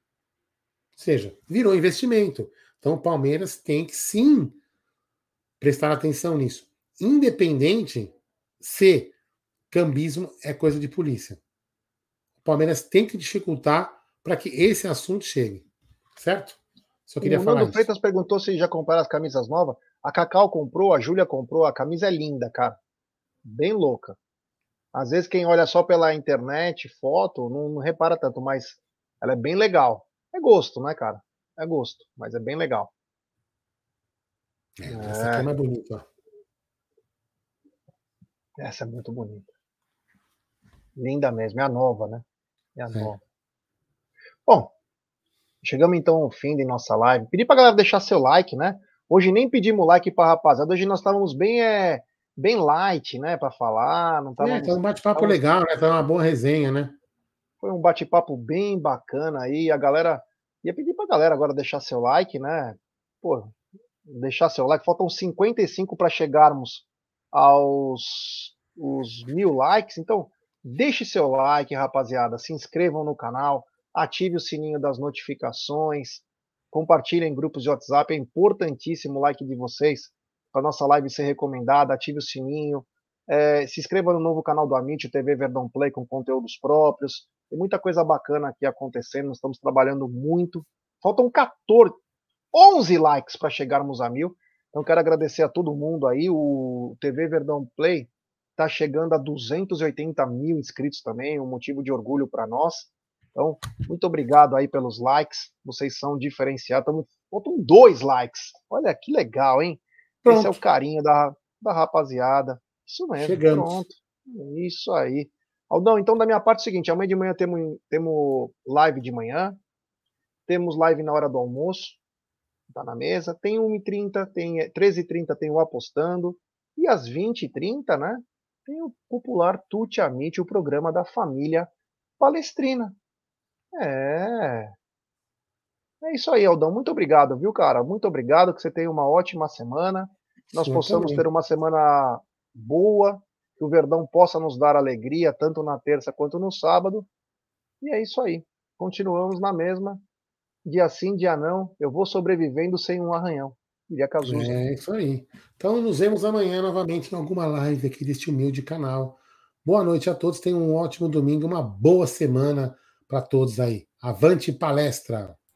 seja, virou investimento. Então o Palmeiras tem que sim prestar atenção nisso. Independente se cambismo é coisa de polícia. O Palmeiras tem que dificultar para que esse assunto chegue. Certo? Só queria O falar Nando isso. Freitas perguntou se já compraram as camisas novas. A Cacau comprou, a Júlia comprou, a camisa é linda, cara. Bem louca. Às vezes quem olha só pela internet, foto, não repara tanto, mas ela é bem legal. É gosto, né, cara? É gosto, mas é bem legal. Essa aqui é É, mais bonita. Ó. essa é muito bonita. Linda mesmo, é a nova, né? É a nova. Bom, chegamos então ao fim de nossa live. Pedi pra galera deixar seu like, né? Hoje nem pedimos like pra rapaziada, hoje nós estávamos bem light, né, pra falar, não Tá estávamos. um bate-papo legal, né? Tá uma boa resenha, né? Foi um bate-papo bem bacana aí. A galera. Ia pedir pra galera agora deixar seu like, né? Pô, deixar seu like. Faltam 55 para chegarmos aos os 1.000 likes. Então, deixe seu like, rapaziada. Se inscrevam no canal. Ative o sininho das notificações. Compartilhem em grupos de WhatsApp. É importantíssimo o like de vocês para nossa live ser recomendada. Ative o sininho. Se inscreva no novo canal do Amit, o TV Verdão Play, com conteúdos próprios. Tem muita coisa bacana aqui acontecendo. Nós estamos trabalhando muito. Faltam 11 likes para chegarmos a 1.000. Então quero agradecer a todo mundo aí. O TV Verdão Play está chegando a 280 mil inscritos também, um motivo de orgulho para nós. Então, muito obrigado aí pelos likes. Vocês são diferenciados. Faltam 2 likes. Olha que legal, hein? Esse é o Pronto. carinho da rapaziada. Isso mesmo, Chegamos. pronto. Isso aí. Aldão, então da minha parte é o seguinte, amanhã de manhã temos live de manhã, temos live na hora do almoço, tá na mesa, tem 1h30, tem 13h30 tem o Apostando, e às 20h30, né, tem o popular Tuti Amite, o programa da família palestrina. É, é isso aí, Aldão. Muito obrigado, viu, cara? Muito obrigado, que você tenha uma ótima semana. Nós Senhor possamos também. ter uma semana boa, que o Verdão possa nos dar alegria, tanto na terça quanto no sábado. E é isso aí. Continuamos na mesma. Dia sim, dia não. Eu vou sobrevivendo sem um arranhão. Diria Cazuza. É isso aí. Então, nos vemos amanhã novamente em alguma live aqui deste humilde canal. Boa noite a todos. Tenham um ótimo domingo, uma boa semana para todos aí. Avante palestra!